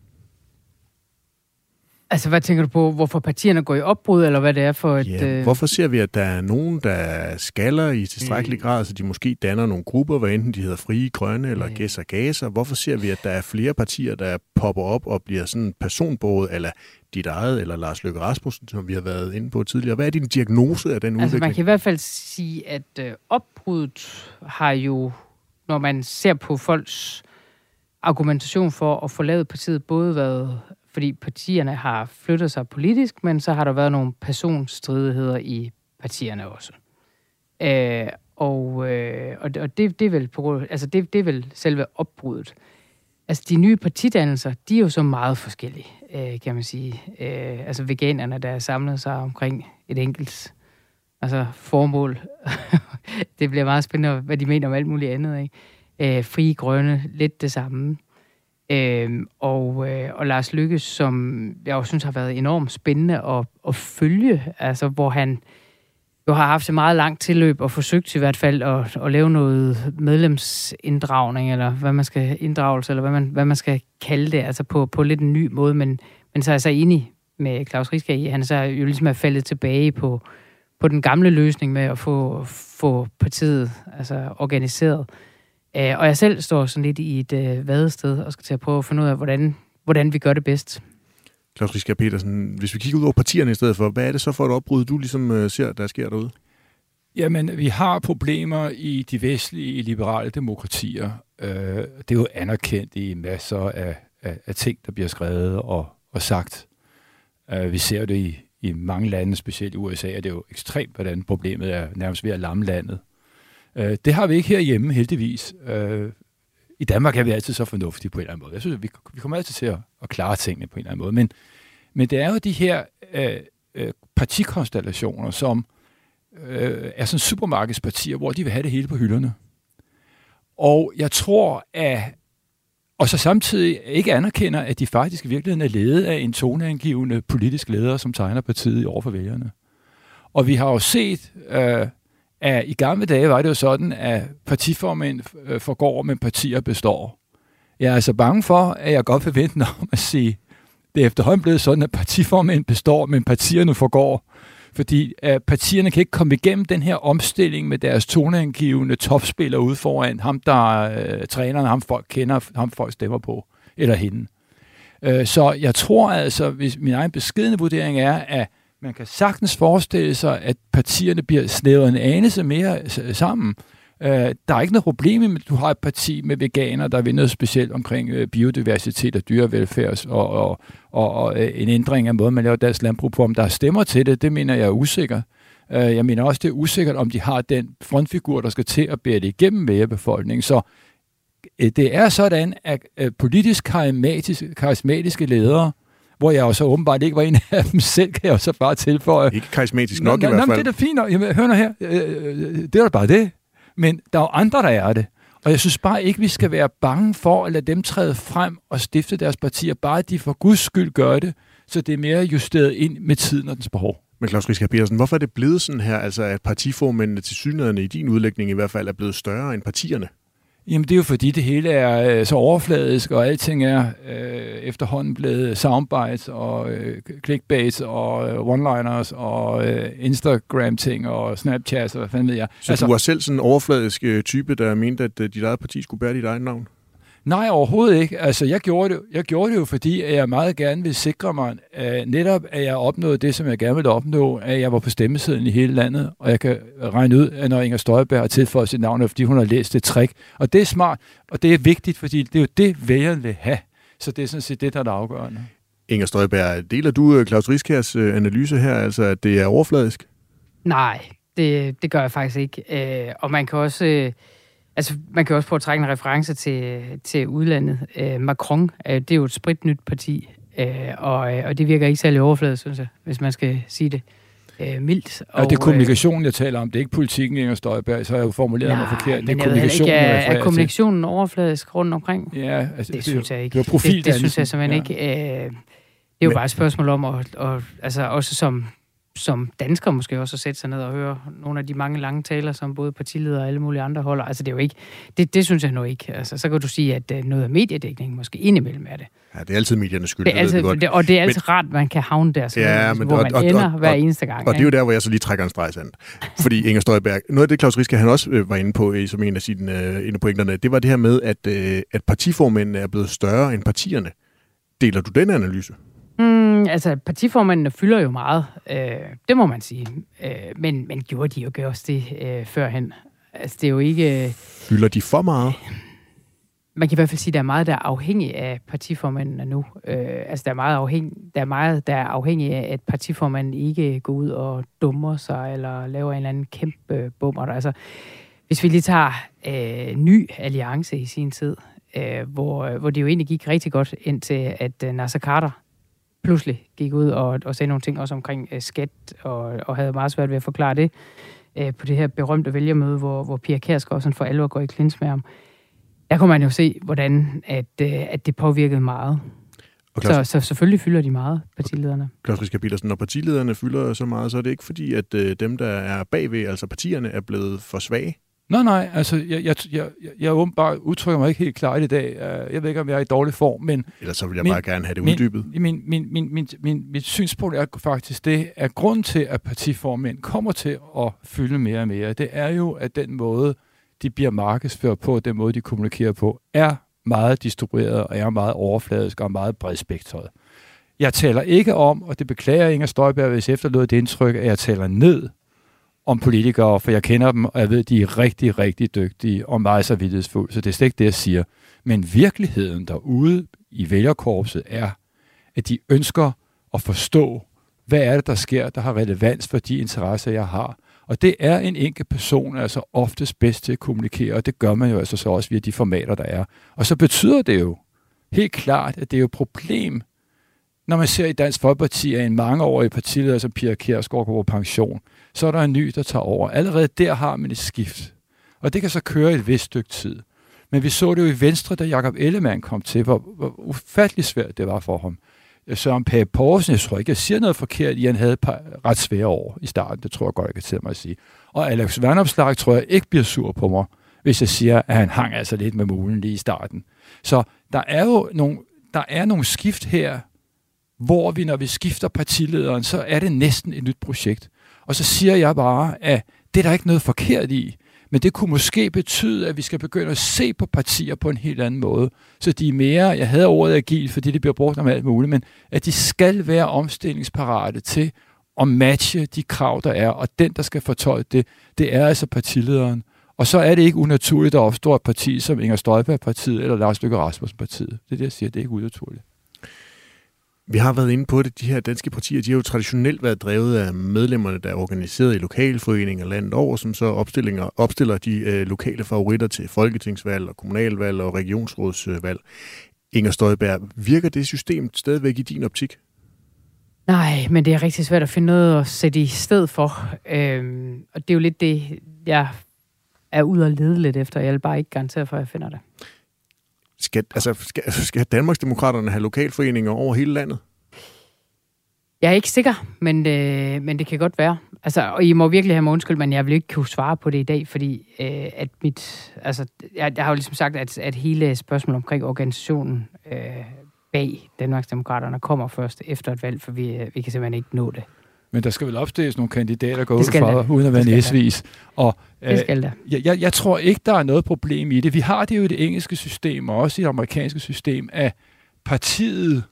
Altså, hvad tænker du på? Hvorfor partierne går i opbrud, eller hvad det er for et... Ja, øh... hvorfor ser vi, at der er nogen, der skaller i tilstrækkelig grad, så de måske danner nogle grupper, hvad enten de hedder Frie Grønne eller Ja. Gæs og Gaser? Hvorfor ser vi, at der er flere partier, der popper op og bliver sådan personbåret, eller dit eget, eller Lars Løkke Rasmussen, som vi har været inde på tidligere? Hvad er din diagnose af den Altså, udvikling? man kan i hvert fald sige, at øh, opbruddet har jo, når man ser på folks argumentation for at få lavet partiet, både været, fordi partierne har flyttet sig politisk, men så har der været nogle personstridigheder i partierne også. Øh, og øh, og, og det, det, er vel på, altså det, det er vel selve opbruddet. Altså, de nye partidannelser, de er jo så meget forskellige, øh, kan man sige. Øh, altså, veganerne, der er samlet sig omkring et enkelt altså, formål. Det bliver meget spændende, hvad de mener om alt muligt andet, ikke? Øh, Frie Grønne, lidt det samme. Øh, og, øh, og Lars Løkke, som jeg også synes har været enormt spændende at, at følge, altså, hvor han jo har haft et meget langt tilløb og forsøgt i hvert fald at, at lave noget medlemsinddragning, eller hvad man skal inddragelse, eller hvad man, hvad man skal kalde det, altså på, på lidt en ny måde, men, men så er jeg så enig med Klaus Riskær i, han så jo ligesom er faldet tilbage på, på den gamle løsning med at få, få partiet altså organiseret. Uh, og jeg selv står sådan lidt i et uh, vadested og skal til at prøve at finde ud af, hvordan, hvordan vi gør det bedst. Klaus Riskær Petersen, hvis vi kigger ud over partierne i stedet for, hvad er det så for et opbrud, du ligesom uh, ser, der sker derude? Jamen, vi har problemer i de vestlige liberale demokratier. Uh, det er jo anerkendt i masser af, af, af ting, der bliver skrevet og, og sagt. Uh, vi ser det i, i mange lande, specielt i U S A, og det er jo ekstremt, hvordan problemet er nærmest ved at lamme landet. Uh, det har vi ikke herhjemme, heldigvis. Uh, I Danmark er vi altid så fornuftige på en eller anden måde. Jeg synes, vi, vi kommer altid til at, at klare tingene på en eller anden måde. Men, men det er jo de her øh, øh, partikonstellationer, som øh, er sådan supermarkedspartier, hvor de vil have det hele på hylderne. Og jeg tror, at og så samtidig ikke anerkender, at de faktisk i virkeligheden er ledet af en toneangivende politisk leder, som tegner partiet over for vælgerne. Og vi har jo set... Øh, at i gamle dage var det jo sådan, at partiformænd forgår, men partier består. Jeg er altså bange for, at jeg godt vil vente om at sige, det er efterhånden blevet sådan, at partiformænd består, men partierne forgår. Fordi at partierne kan ikke komme igennem den her omstilling med deres toneangivende topspillere ude foran. Ham, der uh, træneren, ham folk kender, ham folk stemmer på, eller hende. Uh, så jeg tror altså, hvis min egen beskedne vurdering er, at man kan sagtens forestille sig, at partierne bliver snævret en anelse mere sammen, Uh, der er ikke noget problem med, at du har et parti med veganer, der vil noget specielt omkring uh, biodiversitet og dyrevelfærd og, og, og, og uh, en ændring af måden, man laver dansk landbrug på. Om der er stemmer til det, det mener jeg er usikkert. Uh, jeg mener også, det er usikkert, om de har den frontfigur, der skal til at bære det igennem vælgerbefolkningen. Så uh, det er sådan, at uh, politisk karismatiske, karismatiske ledere, hvor jeg også åbenbart ikke var en af dem selv, kan jeg også bare tilføje. Ikke karismatisk nok nå, i nå, hvert fald. Det er da fint. Jamen, hør nu her. Uh, det er da bare det. Men der er jo andre, der er det. Og jeg synes bare ikke, vi skal være bange for at lade dem træde frem og stifte deres partier. Bare at de for guds skyld gør det, så det er mere justeret ind med tiden og dens behov. Men Claus Riskær Pedersen, hvorfor er det blevet sådan her, altså at partiformændene til synligheden i din udlægning i hvert fald er blevet større end partierne? Jamen det er jo fordi, det hele er øh, så overfladisk, og alting er øh, efterhånden blevet soundbites og øh, clickbaits og øh, one-liners og øh, Instagram-ting og Snapchats og hvad fanden ved jeg. Så altså, du var selv sådan en overfladisk øh, type, der mente, at øh, dit eget parti skulle bære dit eget navn? Nej, overhovedet ikke. Altså, jeg gjorde det, jeg gjorde det jo, fordi at jeg meget gerne ville sikre mig, at netop at jeg opnåede det, som jeg gerne ville opnå, at jeg var på stemmesiden i hele landet, og jeg kan regne ud, at når Inger Støjberg har tilføjet sit navn, fordi hun har læst det trick. Og det er smart, og det er vigtigt, fordi det er jo det, vælgerne vil have. Så det er sådan set det, der er det afgørende. Inger Støjberg, deler du Claus Riskærs analyse her, altså at det er overfladisk? Nej, det, det gør jeg faktisk ikke. Øh, og man kan også... Øh, Altså, man kan også prøve at trække en reference til, til udlandet. Øh, Macron, øh, det er jo et spritnyt parti, øh, og, og det virker ikke særlig overfladet, synes jeg, hvis man skal sige det øh, mildt. Og, ja, det er kommunikationen, jeg taler om. Det er ikke politikken, Inger Støjberg, så har jeg jo formuleret mig forkert. Det er kommunikationen, ikke, er, er kommunikationen overfladisk rundt omkring? Ja, altså, det, det synes jeg ikke. Det, profil, det, det synes jeg simpelthen ja. ikke. Øh, det er jo Men... bare et spørgsmål om, at, og, altså også som... som dansker måske også at sætte sig ned og høre nogle af de mange lange taler, som både partiledere og alle mulige andre holder. Altså det er jo ikke, det, det synes jeg nu ikke. Altså så kan du sige, at noget af mediedækning måske indimellem er det. Ja, det er altid mediernes skyld. Det er altid, det, og det er altid men, rart, man kan havne der, ja, men, hvor man og, og, ender og, hver eneste gang. Og, og det er jo der, hvor jeg så lige trækker en streg sand. Fordi Inger Støjberg, noget af det Claus Riskær han også øh, var inde på, som en af sine øh, en af pointerne, det var det her med, at, øh, at partiformændene er blevet større end partierne. Deler du den analyse? Mm, altså, partiformændene fylder jo meget, øh, det må man sige. Øh, men, men gjorde de jo også det øh, førhen? Altså, det er jo ikke... Øh, fylder de for meget? Man kan i hvert fald sige, at der er meget, der er afhængig af partiformændene nu. Øh, altså, der er, meget afhængig, der er meget, der er afhængig af, at partiformanden ikke går ud og dummer sig, eller laver en eller anden kæmpe bummer. Altså, hvis vi lige tager øh, Ny Alliance i sin tid, øh, hvor, hvor det jo egentlig gik rigtig godt, indtil at øh, Naser Khader pludselig gik ud og, og sagde nogle ting også omkring øh, skat, og, og havde meget svært ved at forklare det øh, på det her berømte vælgermøde, hvor, hvor Pia Kjærsgaard sådan for alvor går i klins med ham. Der kunne man jo se, hvordan at, øh, at det påvirkede meget. Claus, så, så selvfølgelig fylder de meget, partilederne. Claus Riskær Pedersen, når partilederne fylder så meget, så er det ikke fordi, at øh, dem, der er bagved, altså partierne, er blevet for svage? Nej, nej, altså, jeg, jeg, jeg, jeg åbenbart udtrykker mig ikke helt klart i dag. Jeg ved ikke, om jeg er i dårlig form, men... Ellers så vil jeg min, bare gerne have det uddybet. Min, min, min, min, min, min, mit synspunkt er faktisk det, at grunden til, at partiformænd kommer til at fylde mere og mere, det er jo, at den måde, de bliver markedsført på, den måde, de kommunikerer på, er meget distribueret og er meget overfladisk og meget bredspektret. Jeg taler ikke om, og det beklager Inger Støjberg, hvis efterlod det indtryk, at jeg taler ned om politikere, for jeg kender dem, og jeg ved, de er rigtig, rigtig dygtige og meget så vidtighedsfulde, så det er slet ikke det, jeg siger. Men virkeligheden derude i vælgerkorpset er, at de ønsker at forstå, hvad er det, der sker, der har relevans for de interesser, jeg har. Og det er en enkelt person, altså oftest bedst til at kommunikere, og det gør man jo altså så også via de formater, der er. Og så betyder det jo helt klart, at det er jo et problem, når man ser i Dansk Folkeparti, at en mangeårig partileder som Pia Kjærsgaard går på pension, så er der en ny, der tager over. Allerede der har man et skift. Og det kan så køre et vist stykke tid. Men vi så det jo i Venstre, da Jakob Ellemann kom til, hvor, hvor ufattelig svært det var for ham. Søren Pape Poulsen, jeg tror ikke, jeg siger noget forkert, i han havde et par ret svære år i starten. Det tror jeg godt, jeg kan til mig at sige. Og Alex Vanopslagh tror jeg ikke bliver sur på mig, hvis jeg siger, at han hang altså lidt med mulen lige i starten. Så der er jo nogle, der er nogle skift her, hvor vi, når vi skifter partilederen, så er det næsten et nyt projekt. Og så siger jeg bare, at det er der ikke noget forkert i, men det kunne måske betyde, at vi skal begynde at se på partier på en helt anden måde. Så de er mere, jeg havde ordet agil, fordi det bliver brugt om alt muligt, men at de skal være omstillingsparate til at matche de krav, der er, og den, der skal fortolke det, det er altså partilederen. Og så er det ikke unaturligt, at der opstår et parti som Inger Støjberg-partiet eller Lars Løkke Rasmussen-partiet. Det er det, jeg siger, det er ikke unaturligt. Vi har været inde på det. De her danske partier, de har jo traditionelt været drevet af medlemmerne, der er organiseret i lokalforeninger landet over, som så opstillinger, opstiller de øh, lokale favoritter til folketingsvalg og kommunalvalg og regionsrådsvalg. Inger Støjberg, virker det system stadigvæk i din optik? Nej, men det er rigtig svært at finde noget at sætte i sted for. Øhm, og det er jo lidt det, jeg er ude og lede lidt efter. Jeg vil bare ikke garantere for, at jeg finder det. Skal, altså, skal, skal Danmarksdemokraterne have lokalforeninger over hele landet? Jeg er ikke sikker, men, øh, men det kan godt være. Altså, og I må virkelig have mig undskyld, men jeg vil ikke kunne svare på det i dag, fordi øh, at mit... Altså, jeg, jeg har jo ligesom sagt, at, at hele spørgsmålet omkring organisationen øh, bag Danmarksdemokraterne kommer først efter et valg, for vi, vi kan simpelthen ikke nå det. Men der skal vel opstilles nogle kandidater, der går ud fra, uden at være næsvis. Og, øh, det skal der. Jeg, jeg, jeg tror ikke, der er noget problem i det. Vi har det jo i det engelske system, og også i det amerikanske system, at partiet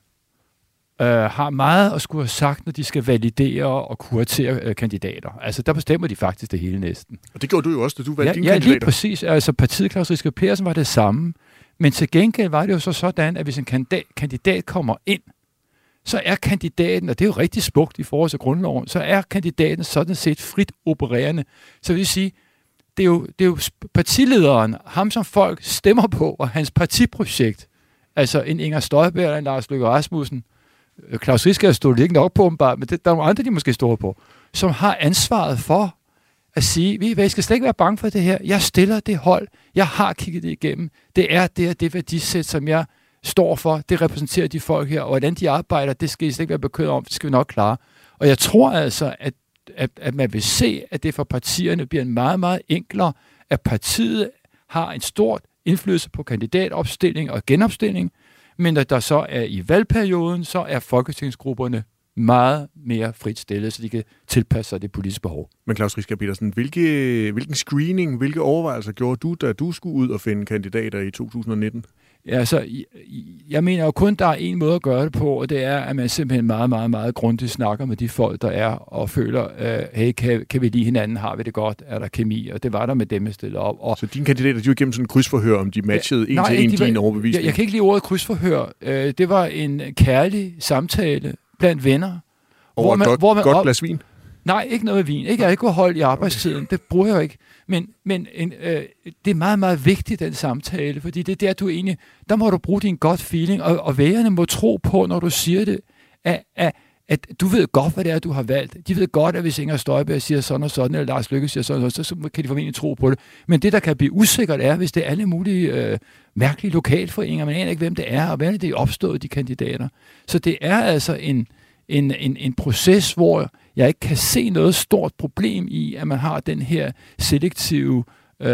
øh, har meget at skulle have sagt, når de skal validere og kuratere øh, kandidater. Altså, der bestemmer de faktisk det hele næsten. Og det gjorde du jo også, da du valgte ja, dine ja, kandidater. Ja, lige præcis. Altså, partiet Claus Riskær Pedersen var det samme. Men til gengæld var det jo så sådan, at hvis en kandidat, kandidat kommer ind, så er kandidaten, og det er jo rigtig smukt i forhold til grundloven, så er kandidaten sådan set frit opererende. Så vil jeg sige, det er, jo, det er jo partilederen, ham som folk stemmer på, og hans partiprojekt, altså en Inger Støjberg eller en Lars Løkke Rasmussen, Claus Riskær stod det ikke nok på, åbenbart, men det, der er nogle andre, de måske står på, som har ansvaret for at sige, vi jeg skal slet ikke være bange for det her, jeg stiller det hold, jeg har kigget det igennem, det er det, det værdisæt, som jeg står for, det repræsenterer de folk her, og hvordan de arbejder, det skal I slet ikke være bekymret om, det skal vi nok klare. Og jeg tror altså, at, at, at man vil se, at det for partierne bliver meget, meget enklere, at partiet har en stort indflydelse på kandidatopstilling og genopstilling, men at der så er i valgperioden, så er folketingsgrupperne meget mere frit stillet, så de kan tilpasse sig det politiske behov. Men Claus Riskær Pedersen, hvilke, hvilken screening, hvilke overvejelser gjorde du, da du skulle ud og finde kandidater i to tusind nitten? Ja, altså, jeg mener jo kun, der er en måde at gøre det på, og det er, at man simpelthen meget, meget, meget grundigt snakker med de folk, der er, og føler, uh, hey, kan, kan vi lide hinanden, har vi det godt, er der kemi, og det var der med dem, jeg stillede op. Og, så dine kandidater, de var igennem sådan en krydsforhør, om de matchede ja, en nej, til en din overbevisning? Jeg, jeg kan ikke lide ordet krydsforhør. Uh, det var en kærlig samtale blandt venner. Over hvor man, godt, hvor man, godt glas vin? Nej, ikke noget vin. Ikke alkohol i arbejdstiden. Det bruger jeg jo ikke. Men, men en, øh, det er meget, meget vigtigt, den samtale, fordi det er der, du egentlig, der må du bruge din godt feeling, og, og vælgerne må tro på, når du siger det, at, at, at du ved godt, hvad det er, du har valgt. De ved godt, at hvis Inger Støjberg siger sådan og sådan, eller Lars Løkke siger sådan og sådan, så kan de formentlig tro på det. Men det, der kan blive usikkert, er, hvis det er alle mulige øh, mærkelige lokalforeninger, man aner ikke, hvem det er, og hvordan det er opstået, de kandidater. Så det er altså en, en, en, en proces, hvor jeg ikke kan se noget stort problem i, at man har den her selektive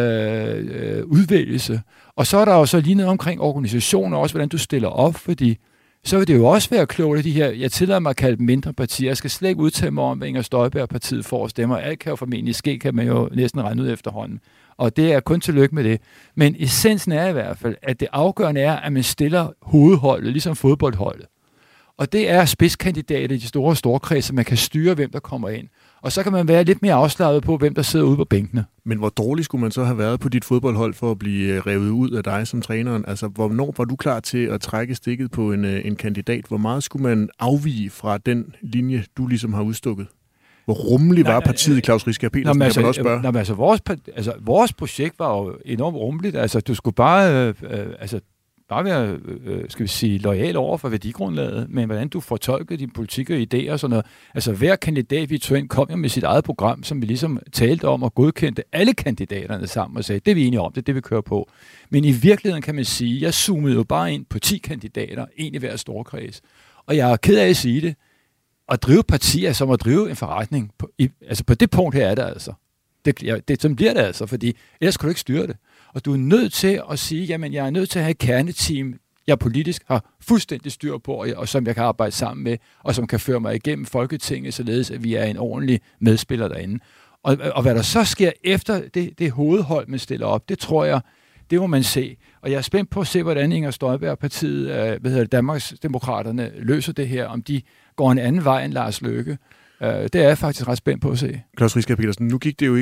øh, øh, udvælgelse. Og så er der jo så lige noget omkring organisationer, også hvordan du stiller op, fordi så vil det jo også være klogt, at de her, jeg tillader mig at kalde dem mindre partier, jeg skal slet ikke udtale mig om, hvad Inger Støjberg-partiet får stemmer. Alt kan jo formentlig ske, kan man jo næsten regne ud efterhånden. Og det er kun tillykke med det. Men essensen er i hvert fald, at det afgørende er, at man stiller hovedholdet, ligesom fodboldholdet. Og det er spidskandidater i de store storkredser, man kan styre, hvem der kommer ind. Og så kan man være lidt mere afslappet på, hvem der sidder ude på bænkene. Men hvor dårlig skulle man så have været på dit fodboldhold for at blive revet ud af dig som træneren? Altså, hvornår var du klar til at trække stikket på en, en kandidat? Hvor meget skulle man afvige fra den linje, du ligesom har udstukket? Hvor rummelig var partiet Claus Riskær Pedersen, altså, kan man også spørge? Nå, men altså, vores, altså, vores projekt var jo enormt rummeligt. Altså, du skulle bare... Øh, øh, altså, bare være, øh, skal vi sige, loyal over for værdigrundlaget, men hvordan du fortolker dine politik og idéer og sådan noget. Altså hver kandidat, vi tog ind, kom jo med sit eget program, som vi ligesom talte om og godkendte alle kandidaterne sammen og sagde, det er vi enige om, det er det, vi kører på. Men i virkeligheden kan man sige, jeg zoomede jo bare ind på ti kandidater, en i hver storkreds. Og jeg er ked af at sige det, at drive partier som at drive en forretning, på, i, altså på det punkt her er det altså. Det, ja, det, sådan bliver det altså, fordi ellers kan du ikke styre det. Og du er nødt til at sige, jamen jeg er nødt til at have et kerneteam, jeg politisk har fuldstændig styr på, og, og som jeg kan arbejde sammen med, og som kan føre mig igennem Folketinget, således at vi er en ordentlig medspiller derinde. Og, og hvad der så sker efter det, det hovedhold, man stiller op, det tror jeg, det må man se. Og jeg er spændt på at se, hvordan Inger Støjberg-partiet, øh, hvad hedder det, Danmarksdemokraterne, løser det her, om de går en anden vej end Lars Løkke. Øh, det er jeg faktisk ret spændt på at se. Claus Riskær Pedersen, nu gik det jo ikke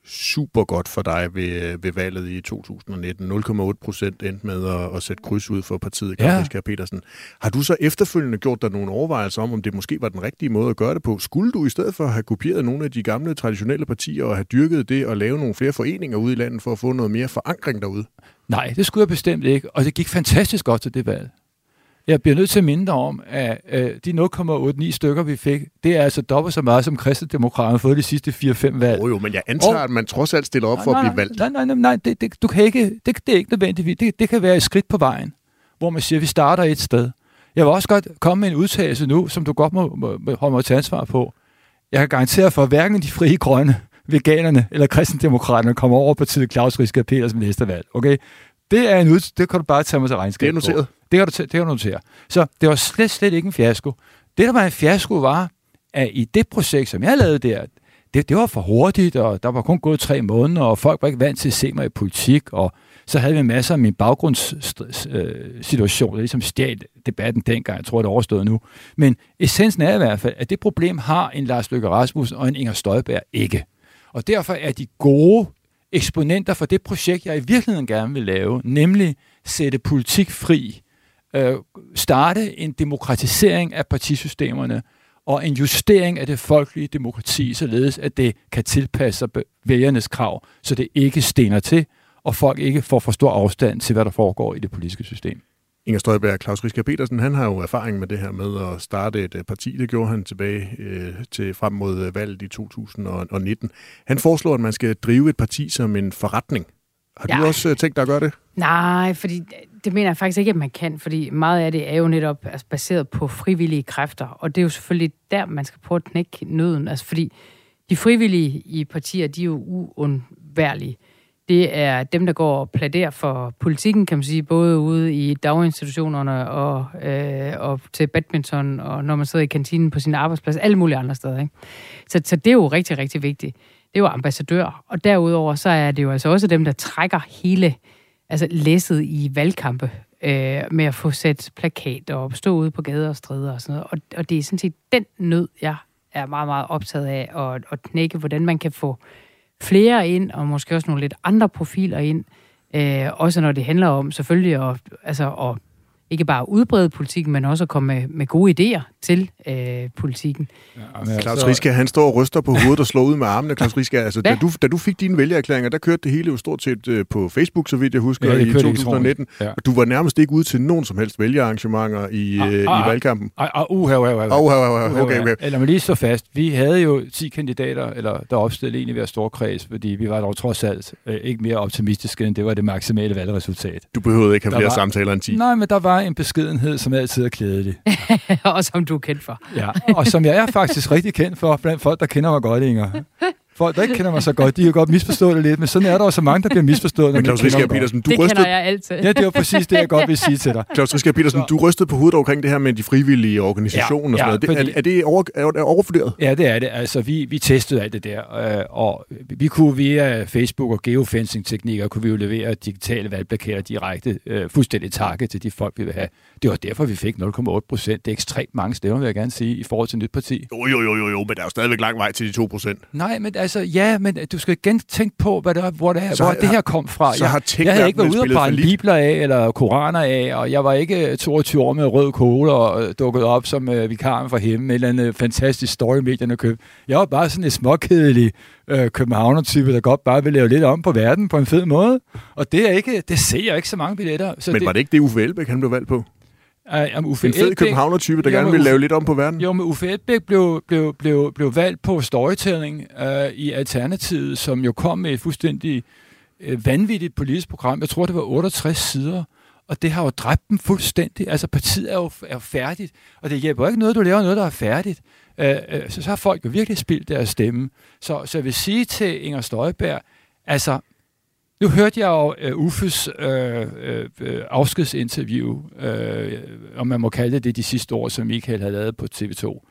super godt for dig ved, ved valget i to tusind nitten. nul komma otte procent endte med at, at sætte kryds ud for partiet, Klaus Riskær Pedersen. Har du så efterfølgende gjort dig nogle overvejelser om, om det måske var den rigtige måde at gøre det på? Skulle du i stedet for have kopieret nogle af de gamle traditionelle partier og have dyrket det og lave nogle flere foreninger ude i landet for at få noget mere forankring derude? Nej, det skulle jeg bestemt ikke, og det gik fantastisk godt til det valg. Jeg bliver nødt til at minde dig om, at øh, de nul komma otte ni stykker, vi fik, det er altså dobbelt så meget, som kristendemokraterne har fået de sidste fire fem valg. Jo, jo, men jeg antager, og, at man trods alt stiller op nej, for at blive valgt. Nej, nej, nej, nej det, det, du kan ikke, det, det er ikke nødvendigt. Det, det kan være et skridt på vejen, hvor man siger, at vi starter et sted. Jeg vil også godt komme med en udtalelse nu, som du godt må, må, må holde mig til ansvar på. Jeg kan garantere for, at hverken de frie grønne, veganerne eller kristendemokraterne kommer over på partiet Klaus Riskær Pedersen med næste valg. Okay? Det er en ud, det kan du bare tage mig til regnskab. Det er noteret. På. Det kan du, det kan du notere. Så det var slet, slet ikke en fiasko. Det, der var en fiasko, var, at i det projekt, som jeg lavede der, det, det var for hurtigt, og der var kun gået tre måneder, og folk var ikke vant til at se mig i politik, og så havde vi masser af min baggrundssituation, der ligesom stjal debatten dengang, jeg tror, det er overstået nu. Men essensen er i hvert fald, at det problem har en Lars Løkke Rasmussen og en Inger Støjberg ikke. Og derfor er de gode eksponenter for det projekt, jeg i virkeligheden gerne vil lave, nemlig sætte politik fri, øh, starte en demokratisering af partisystemerne og en justering af det folkelige demokrati, således at det kan tilpasse sig vælgernes krav, så det ikke stener til, og folk ikke får for stor afstand til, hvad der foregår i det politiske system. Inger Støjberg og Klaus Riskær Pedersen, han har jo erfaring med det her med at starte et parti. Det gjorde han tilbage øh, til frem mod valget i to tusind nitten. Han foreslår, at man skal drive et parti som en forretning. Har ja. du også tænkt dig at gøre det? Nej, fordi det mener jeg faktisk ikke, at man kan, fordi meget af det er jo netop altså, baseret på frivillige kræfter, og det er jo selvfølgelig der, man skal prøve at knække nøden. Altså, fordi de frivillige i partier, de er jo uundværlige. Det er dem, der går og plæderer for politikken, kan man sige, både ude i daginstitutionerne og, øh, og til badminton, og når man sidder i kantinen på sin arbejdsplads, alle mulige andre steder. Ikke? Så, så det er jo rigtig, rigtig vigtigt. Det er jo ambassadør, og derudover så er det jo altså også dem, der trækker hele altså læsset i valgkampe øh, med at få sat plakater og stå ude på gader og stræder og sådan noget. Og, og det er sådan set den nød, jeg er meget, meget optaget af at, at knække, hvordan man kan få flere ind, og måske også nogle lidt andre profiler ind. Øh, også når det handler om selvfølgelig at, altså, at ikke bare udbrede politikken, men også at komme med, med gode idéer til øh, politikken. Ja, Klaus Riskær, han står og ryster på hovedet og slår ud med armene. Klaus Riskær, altså, da, du, da du fik dine vælgererklæringer, der kørte det hele jo stort set øh, på Facebook, så vidt jeg husker, ja, i to tusind nitten. Ja. Og du var nærmest ikke ude til nogen som helst vælgerarrangementer i, ah, øh, ah, i valgkampen. Ah, ah, uha, uha, uha. Uh, uh, uh, okay, okay. Eller man lige så fast. Vi havde jo ti kandidater, eller der opstillede egentlig hver storkreds, fordi vi var dog trods alt øh, ikke mere optimistiske, end det var det maksimale valgresultat. Du behøvede ikke have flere var, samtaler end ti. Nej, men der var en beskedenhed, som altid er klædelig. Og som du er kendt for. Ja, og som jeg er faktisk rigtig kendt for, blandt folk, der kender mig godt, Inger. Folk, der ikke kender mig så godt, de kan godt misforstå det lidt, men sådan er der også mange, der bliver misforstået. Men Klaus Riskær Pedersen, du det rystede... kender jeg altid. Ja, det var præcis det, jeg godt vil sige til dig. Klaus Riskær Pedersen, du rystede på hovedet omkring det her med de frivillige organisationer ja, og sådan noget. Ja, fordi... Er, er det over, er, er overvurderet? Ja, det er det. Altså, vi, vi testede alt det der, øh, og vi kunne via Facebook og geofencing-teknikker, kunne vi jo levere digitale valgplakater direkte, øh, fuldstændig target til de folk, vi vil have. Det var derfor, vi fik nul komma otte procent. Det er ekstremt mange stemmer, vil jeg gerne sige, i forhold til nyt parti. Jo, jo, jo, jo, jo, men der er jo stadigvæk lang vej til de to procent. Nej, men altså, ja, men du skal igen tænke på, hvad det er, hvor, det, er, hvor har, det her kom fra. Så har jeg, jeg havde ikke været ude og brænde bibler af, eller koraner af, og jeg var ikke toogtyve år med rød kåle og dukket op som uh, vikaren fra hjemme med et eller andet fantastisk story medierne købte. Jeg var bare sådan en småkedelig øh, københavner-type, der godt bare vil lave lidt om på verden på en fed måde. Og det er ikke, det ser jeg ikke så mange billetter. Så men det, var det ikke det, Uffe Elbæk, han blev valgt på? Uh, um, Uffe en fed københavner-type, der jo, gerne ville lave lidt om på verden? Jo, men Uffe Elbæk blev, blev, blev, blev valgt på storytelling uh, i Alternativet, som jo kom med et fuldstændig uh, vanvittigt politisk program. Jeg tror, det var otteogtres sider, og det har jo dræbt dem fuldstændig. Altså, partiet er jo, er jo færdigt, og det hjælper ikke noget, du laver noget, der er færdigt. Uh, uh, så, så har folk jo virkelig spildt deres stemme. Så, så jeg vil sige til Inger Støjberg, altså, nu hørte jeg jo uh, Uffes uh, uh, afskedsinterview, uh, om man må kalde det de sidste år, som Michael havde lavet på T V to,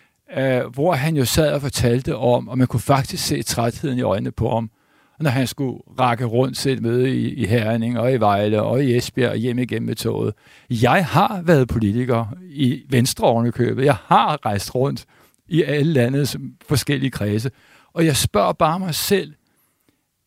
uh, hvor han jo sad og fortalte om, og man kunne faktisk se trætheden i øjnene på ham, når han skulle rakke rundt til et møde i, i Herning og i Vejle og i Esbjerg og hjem igen med toget. Jeg har været politiker i Venstre ovenikøbet. Jeg har rejst rundt i alle landets forskellige kredse, og jeg spørger bare mig selv,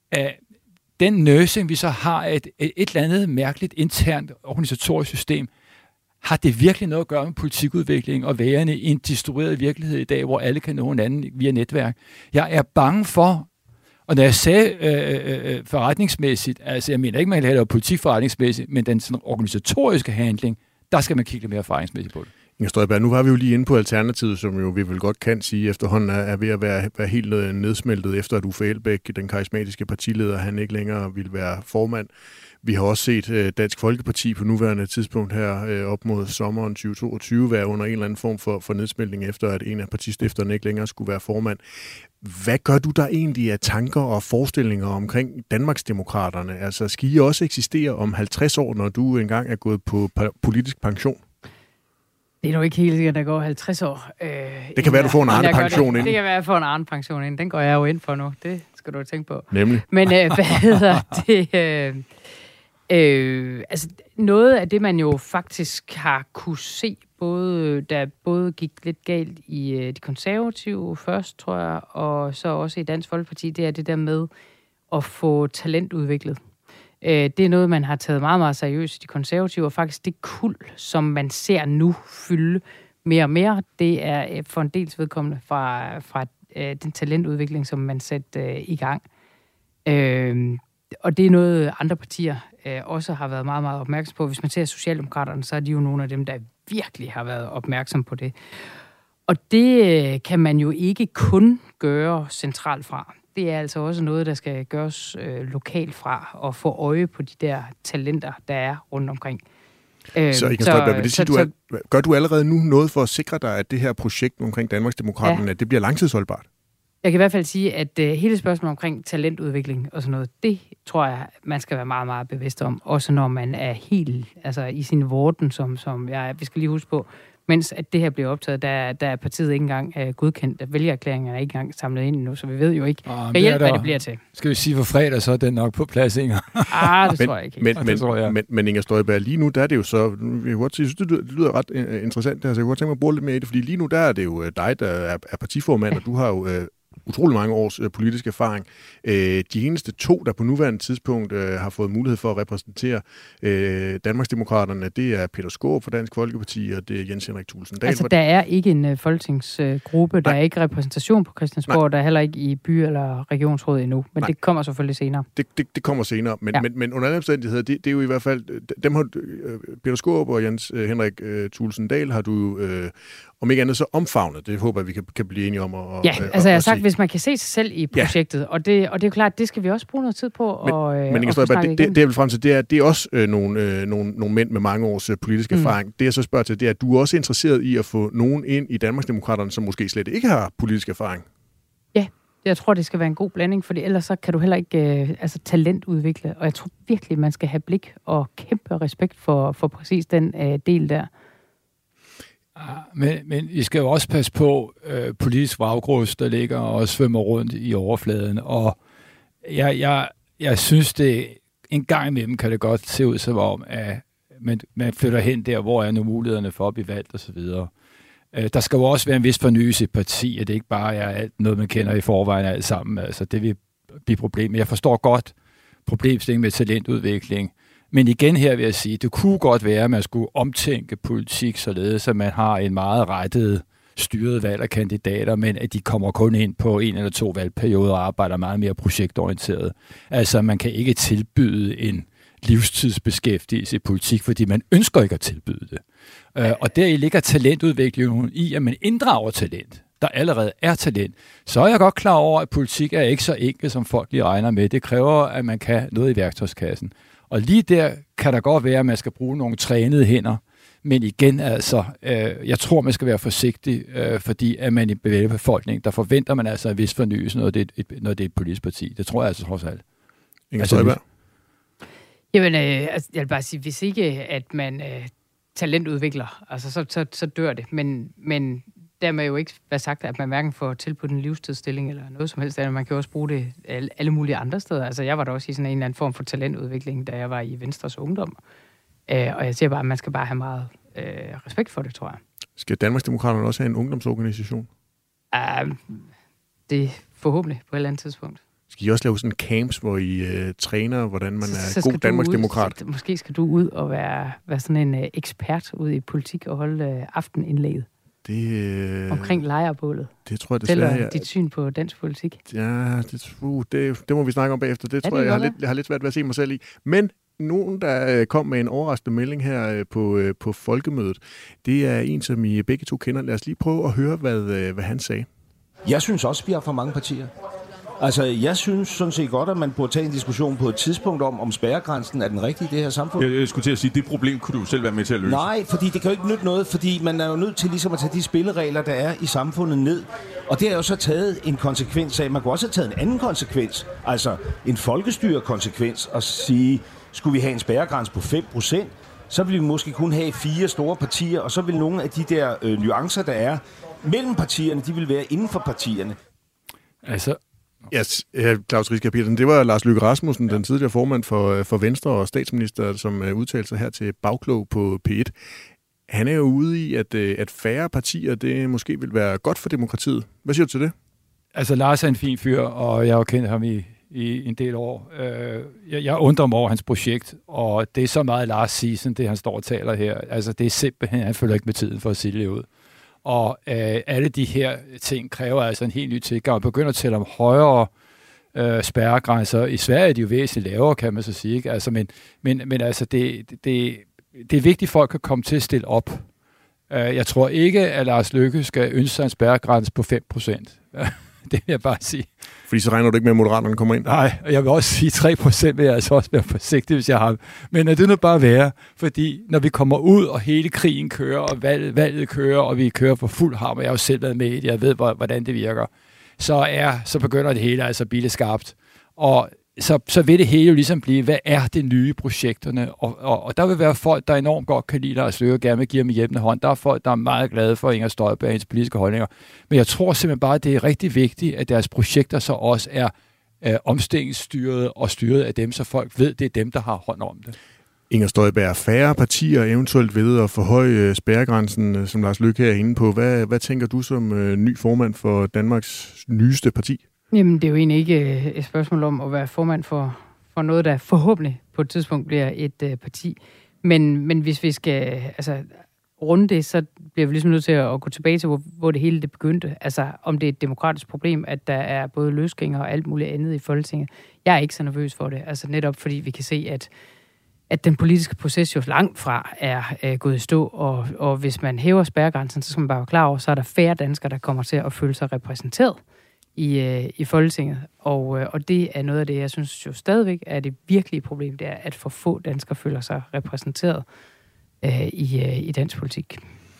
at den nursing, vi så har et, et, et eller andet mærkeligt internt organisatorisk system, har det virkelig noget at gøre med politikudvikling og værende i en distribueret virkelighed i dag, hvor alle kan nå hinanden via netværk? Jeg er bange for, og når jeg sagde øh, øh, forretningsmæssigt, altså jeg mener ikke, man kan have det politik forretningsmæssigt, men den sådan, organisatoriske handling, der skal man kigge lidt mere erfaringsmæssigt på det. Inger Støjberg, nu var vi jo lige inde på Alternativet, som jo vi vel godt kan sige, efterhånden er ved at være, være helt nedsmeltet, efter at Uffe Elbæk, den karismatiske partileder, han ikke længere ville være formand. Vi har også set uh, Dansk Folkeparti på nuværende tidspunkt her uh, op mod sommeren tyve toogtyve være under en eller anden form for, for nedsmeltning, efter at en af partistifterne ikke længere skulle være formand. Hvad gør du der egentlig af tanker og forestillinger omkring Danmarksdemokraterne? Altså, skal I også eksistere om halvtreds år, når du engang er gået på politisk pension? Det er jo ikke helt sikkert, at der går halvtreds år. Øh, det kan være, du får en anden pension inden. Det kan være, at jeg får en anden pension inden. Den går jeg jo ind for nu. Det skal du tænke på. Nemlig. Men øh, hvad hedder det? Øh, øh, altså, noget af det, man jo faktisk har kunne se, både, der både gik lidt galt i øh, de konservative først, tror jeg, og så også i Dansk Folkeparti, det er det der med at få talent udviklet. Det er noget, man har taget meget, meget seriøst i de konservative, og faktisk det kuld, som man ser nu fylde mere og mere, det er for en dels vedkommende fra, fra øh, den talentudvikling, som man satte øh, i gang. Øh, og det er noget, andre partier øh, også har været meget, meget opmærksom på. Hvis man ser Socialdemokraterne, så er de jo nogle af dem, der virkelig har været opmærksom på det. Og det øh, kan man jo ikke kun gøre centralt fra. Det er altså også noget, der skal gøres øh, lokalt fra, og få øje på de der talenter, der er rundt omkring. Øh, så, Inger Støjberg, vil det sige, så, du er, gør du allerede nu noget for at sikre dig, at det her projekt omkring Danmarksdemokraterne, ja. At det bliver langtidsholdbart? Jeg kan i hvert fald sige, at øh, hele spørgsmålet omkring talentudvikling og sådan noget, det tror jeg, man skal være meget, meget bevidst om. Også når man er helt altså, i sin vorden, som, som jeg, vi skal lige huske på, mens at det her bliver optaget, der, der er partiet ikke engang uh, godkendt. Vælgererklæringen er ikke engang samlet ind nu, så vi ved jo ikke ah, reelt, hvad det bliver til. Skal vi sige for fredag, så er den nok på plads, Inger? Ah, det men, tror jeg ikke. Men, men, tror jeg. men, men Inger Støjberg, lige nu, der er det jo så, jeg kan godt sige, det lyder, det lyder ret uh, interessant, altså, jeg kunne godt tænke mig at bruge lidt mere i det, fordi lige nu, der er det jo dig, der er, er partiformand, og du har jo uh, utrolig mange års øh, politisk erfaring. Øh, de eneste to, der på nuværende tidspunkt øh, har fået mulighed for at repræsentere øh, Danmarksdemokraterne, det er Peter Skaarup fra Dansk Folkeparti, og det er Jens Henrik Thulesen Dahl. Altså, der er ikke en uh, folketingsgruppe, uh, der er ikke repræsentation på Christiansborg, Nej. Der er heller ikke i by- eller regionsrådet endnu, men Nej. Det kommer selvfølgelig senere. Det, det, det kommer senere, men, ja. men, men under andre omstændigheder, det, det er jo i hvert fald, dem har øh, Peter Skaarup og Jens øh, Henrik øh, Thulesen Dahl har du øh, om ikke andet så omfavnet. Det håber jeg, vi kan, kan blive enige om. Og, ja, altså jeg har sagt, hvis man kan se sig selv i projektet, ja. og, det, og det er jo klart, det skal vi også bruge noget tid på. Men, og, men Inger Støjberg, det, det, det jeg vil frem til, det er, det er også øh, nogle, øh, nogle, nogle mænd med mange års øh, politisk mm. erfaring. Det jeg så spørger til, det er, at du er også interesseret i at få nogen ind i Danmarksdemokraterne, som måske slet ikke har politisk erfaring. Ja, jeg tror, det skal være en god blanding, fordi ellers så kan du heller ikke øh, altså, talentudvikle. Og jeg tror virkelig, man skal have blik og kæmpe respekt for, for præcis den øh, del der. Men, men vi skal jo også passe på øh, politisk vraggrus, der ligger og svømmer rundt i overfladen. Og jeg, jeg, jeg synes, det en gang imellem kan det godt se ud som om, at man, man flytter hen der, hvor er nu mulighederne for at blive valgt osv. Øh, der skal jo også være en vis fornyelse i parti, at det ikke bare er alt noget, man kender i forvejen alt sammen. Altså, det vil blive et problem. Jeg forstår godt problemstillingen med talentudvikling. Men igen her vil jeg sige, det kunne godt være, at man skulle omtænke politik således, at man har en meget rettet styret valg af kandidater, men at de kommer kun ind på en eller to valgperioder og arbejder meget mere projektorienteret. Altså, man kan ikke tilbyde en livstidsbeskæftigelse i politik, fordi man ønsker ikke at tilbyde det. Uh, og deri ligger talentudviklingen i, at man inddrager talent, der allerede er talent. Så er jeg godt klar over, at politik er ikke så enkelt, som folk lige regner med. Det kræver, at man kan noget i værktøjskassen. Og lige der kan der godt være, at man skal bruge nogle trænede hænder. Men igen, altså, øh, jeg tror, man skal være forsigtig, øh, fordi at man i bevægelsebefolkningen, der forventer man altså en vis fornyelse, når det er et, når det er et politisk parti. Det tror jeg altså trods alt. Inger Støjberg? Jamen, øh, altså, jeg vil bare sige, hvis ikke at man øh, talentudvikler, altså, så, så, så dør det. Men, men dermed jo ikke være sagt, at man hverken får tilbudt en livstidsstilling eller noget som helst. Man kan også bruge det alle, alle mulige andre steder. Altså, jeg var da også i sådan en eller anden form for talentudvikling, da jeg var i Venstres Ungdom. Øh, og jeg siger bare, at man skal bare have meget øh, respekt for det, tror jeg. Skal Danmarksdemokraterne også have en ungdomsorganisation? Uh, det er forhåbentlig på et eller andet tidspunkt. Skal I også lave sådan camps, hvor I øh, træner, hvordan man Så er god Danmarksdemokrat? Måske skal du ud og være, være sådan en øh, ekspert ude i politik og holde øh, aftenindlægget. Det, øh, omkring lejrebålet. Det tror jeg desværre... Eller dit syn på dansk politik. Ja, det, uh, det, det må vi snakke om bagefter. Det tror det jeg, jeg har, lidt, jeg har lidt svært ved at se mig selv i. Men nogen, der kom med en overraskende melding her på, på folkemødet, det er en, som I begge to kender. Lad os lige prøve at høre, hvad, hvad han sagde. Jeg synes også, vi har for mange partier. Altså, jeg synes sådan set godt, at man burde tage en diskussion på et tidspunkt om, om spærregrænsen er den rigtige i det her samfund. Jeg, jeg skulle til at sige, at det problem kunne du selv være med til at løse. Nej, fordi det kan jo ikke nytte noget, fordi man er jo nødt til ligesom at tage de spilleregler, der er i samfundet ned. Og det har jo så taget en konsekvens af. Man kunne også have taget en anden konsekvens, altså en folkestyrekonsekvens, og sige, skulle vi have en spærregrænse på fem procent, så ville vi måske kun have fire store partier, og så vil nogle af de der øh, nuancer, der er mellem partierne, de vil være inden for partierne. Altså... Yes, Klaus Riskær Pedersen, det var Lars Løkke Rasmussen, ja. Den tidligere formand for, for Venstre og statsminister, som udtalte sig her til Bagklog på P et. Han er jo ude i, at, at færre partier, det måske vil være godt for demokratiet. Hvad siger du til det? Altså, Lars er en fin fyr, og jeg har jo kendt ham i, i en del år. Jeg, jeg undrer mig over hans projekt, og det er så meget Lars season, det han står og taler her. Altså, det er simpelthen, han følger ikke med tiden for at sige det ud. Og øh, alle de her ting kræver altså en helt ny tilgang. Og begynder at tale om højere øh, spærregrænser. I Sverige er de jo væsentligt lavere, kan man så sige. Ikke? Altså, men, men, men altså, det, det, det er vigtigt, at folk kan komme til at stille op. Uh, jeg tror ikke, at Lars Løkke skal ønske sig en spærregrænse på fem procent. Det vil jeg bare sige. Fordi så regner du ikke med, at Moderaterne kommer ind? Nej, og jeg vil også sige, tre procent vil jeg altså også være forsigtig, hvis jeg har. Men det er nu bare være, fordi når vi kommer ud, og hele krigen kører, og valget, valget kører, og vi kører på fuld hammer, og jeg har jo selv været med i det, jeg ved, hvordan det virker, så, er, så begynder det hele altså at blive skarpt. Og så, så vil det hele jo ligesom blive, hvad er det nye projekterne? Og, og, og der vil være folk, der enormt godt kan lide Lars Løkke, og gerne vil give ham hjælpende hånd. Der er folk, der er meget glade for Inger Støjberg og hendes politiske holdninger. Men jeg tror simpelthen bare, at det er rigtig vigtigt, at deres projekter så også er øh, omstillingsstyret og styret af dem, så folk ved, det er dem, der har hånd om det. Inger Støjberg, færre partier eventuelt ved at forhøje spærregrænsen, som Lars Løkke er inde på. Hvad, hvad tænker du som øh, ny formand for Danmarks nyeste parti? Jamen, det er jo egentlig ikke et spørgsmål om at være formand for, for noget, der forhåbentlig på et tidspunkt bliver et uh, parti. Men, men hvis vi skal altså, runde det, så bliver vi ligesom nødt til at, at gå tilbage til, hvor, hvor det hele det begyndte. Altså, om det er et demokratisk problem, at der er både løsgængere og alt muligt andet i Folketinget. Jeg er ikke så nervøs for det. Altså netop fordi vi kan se, at, at den politiske proces jo langt fra er uh, gået i stå. Og, og hvis man hæver spærregrænsen, så skal man bare være klar over, så er der færre danskere, der kommer til at føle sig repræsenteret i, øh, i Folketinget. Og, øh, og det er noget af det, jeg synes jo stadigvæk er det virkelige problem, det er, at for få danskere føler sig repræsenteret øh, i, øh, i dansk politik.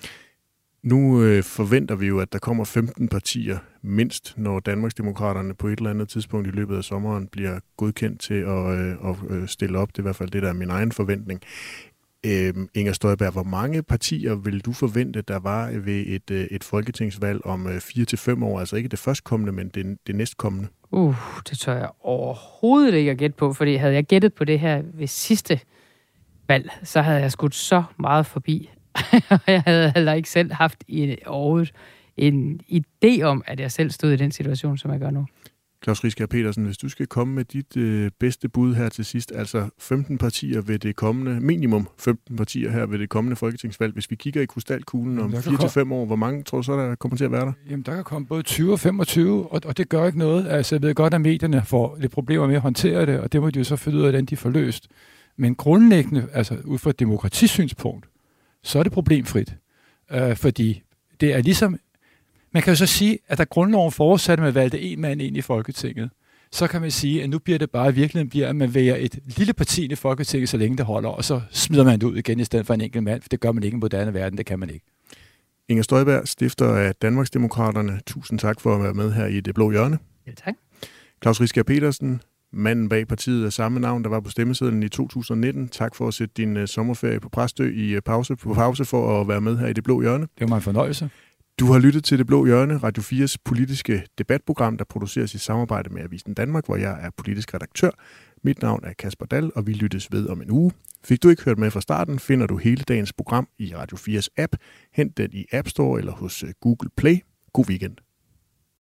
Nu øh, forventer vi jo, at der kommer femten partier mindst, når Danmarksdemokraterne på et eller andet tidspunkt i løbet af sommeren bliver godkendt til at, øh, at stille op. Det er i hvert fald det, der er min egen forventning. Øh, Inger Støjberg, hvor mange partier vil du forvente, der var ved et, et folketingsvalg om fire til fem år? Altså ikke det førstkommende, men det, det næstkommende. Uh, det tør jeg overhovedet ikke at gætte på, fordi havde jeg gættet på det her ved sidste valg, så havde jeg skudt så meget forbi. Og jeg havde heller ikke selv haft i overhovedet en idé om, at jeg selv stod i den situation, som jeg gør nu. Klaus Riskær Pedersen, hvis du skal komme med dit øh, bedste bud her til sidst, altså femten partier ved det kommende, minimum femten partier her ved det kommende folketingsvalg. Hvis vi kigger i krystalkuglen om fire til fem år, hvor mange tror du så, der kommer til at være der? Jamen, der kan komme både tyve og femogtyve, og, og det gør ikke noget. Altså, jeg ved godt, at medierne får lidt problemer med at håndtere det, og det må de jo så finde ud af, hvordan de får løst. Men grundlæggende, altså ud fra et demokratisynspunkt, så er det problemfrit. Øh, fordi det er ligesom... Man kan jo så sige, at da grundloven forudsatte, at man valgte en mand ind i Folketinget, så kan man sige, at nu bliver det bare virkelig, bliver, at man vælger et lille parti ind i Folketinget, så længe det holder, og så smider man det ud igen i stedet for en enkelt mand, for det gør man ikke i en moderne verden, det kan man ikke. Inger Støjberg, stifter af Danmarksdemokraterne. Tusind tak for at være med her i Det Blå Hjørne. Ja, tak. Klaus Riskær Pedersen, manden bag partiet af samme navn, der var på stemmesedlen i to tusind nitten. Tak for at sætte din uh, sommerferie på Præstø i pause, på pause for at være med her i Det Blå Hjørne. Det var mig en fornøjelse. Du har lyttet til Det Blå Hjørne, Radio fires politiske debatprogram, der produceres i samarbejde med Avisen Danmark, hvor jeg er politisk redaktør. Mit navn er Kasper Dahl, og vi lyttes ved om en uge. Fik du ikke hørt med fra starten, finder du hele dagens program i Radio fires app. Hent den i App Store eller hos Google Play. God weekend.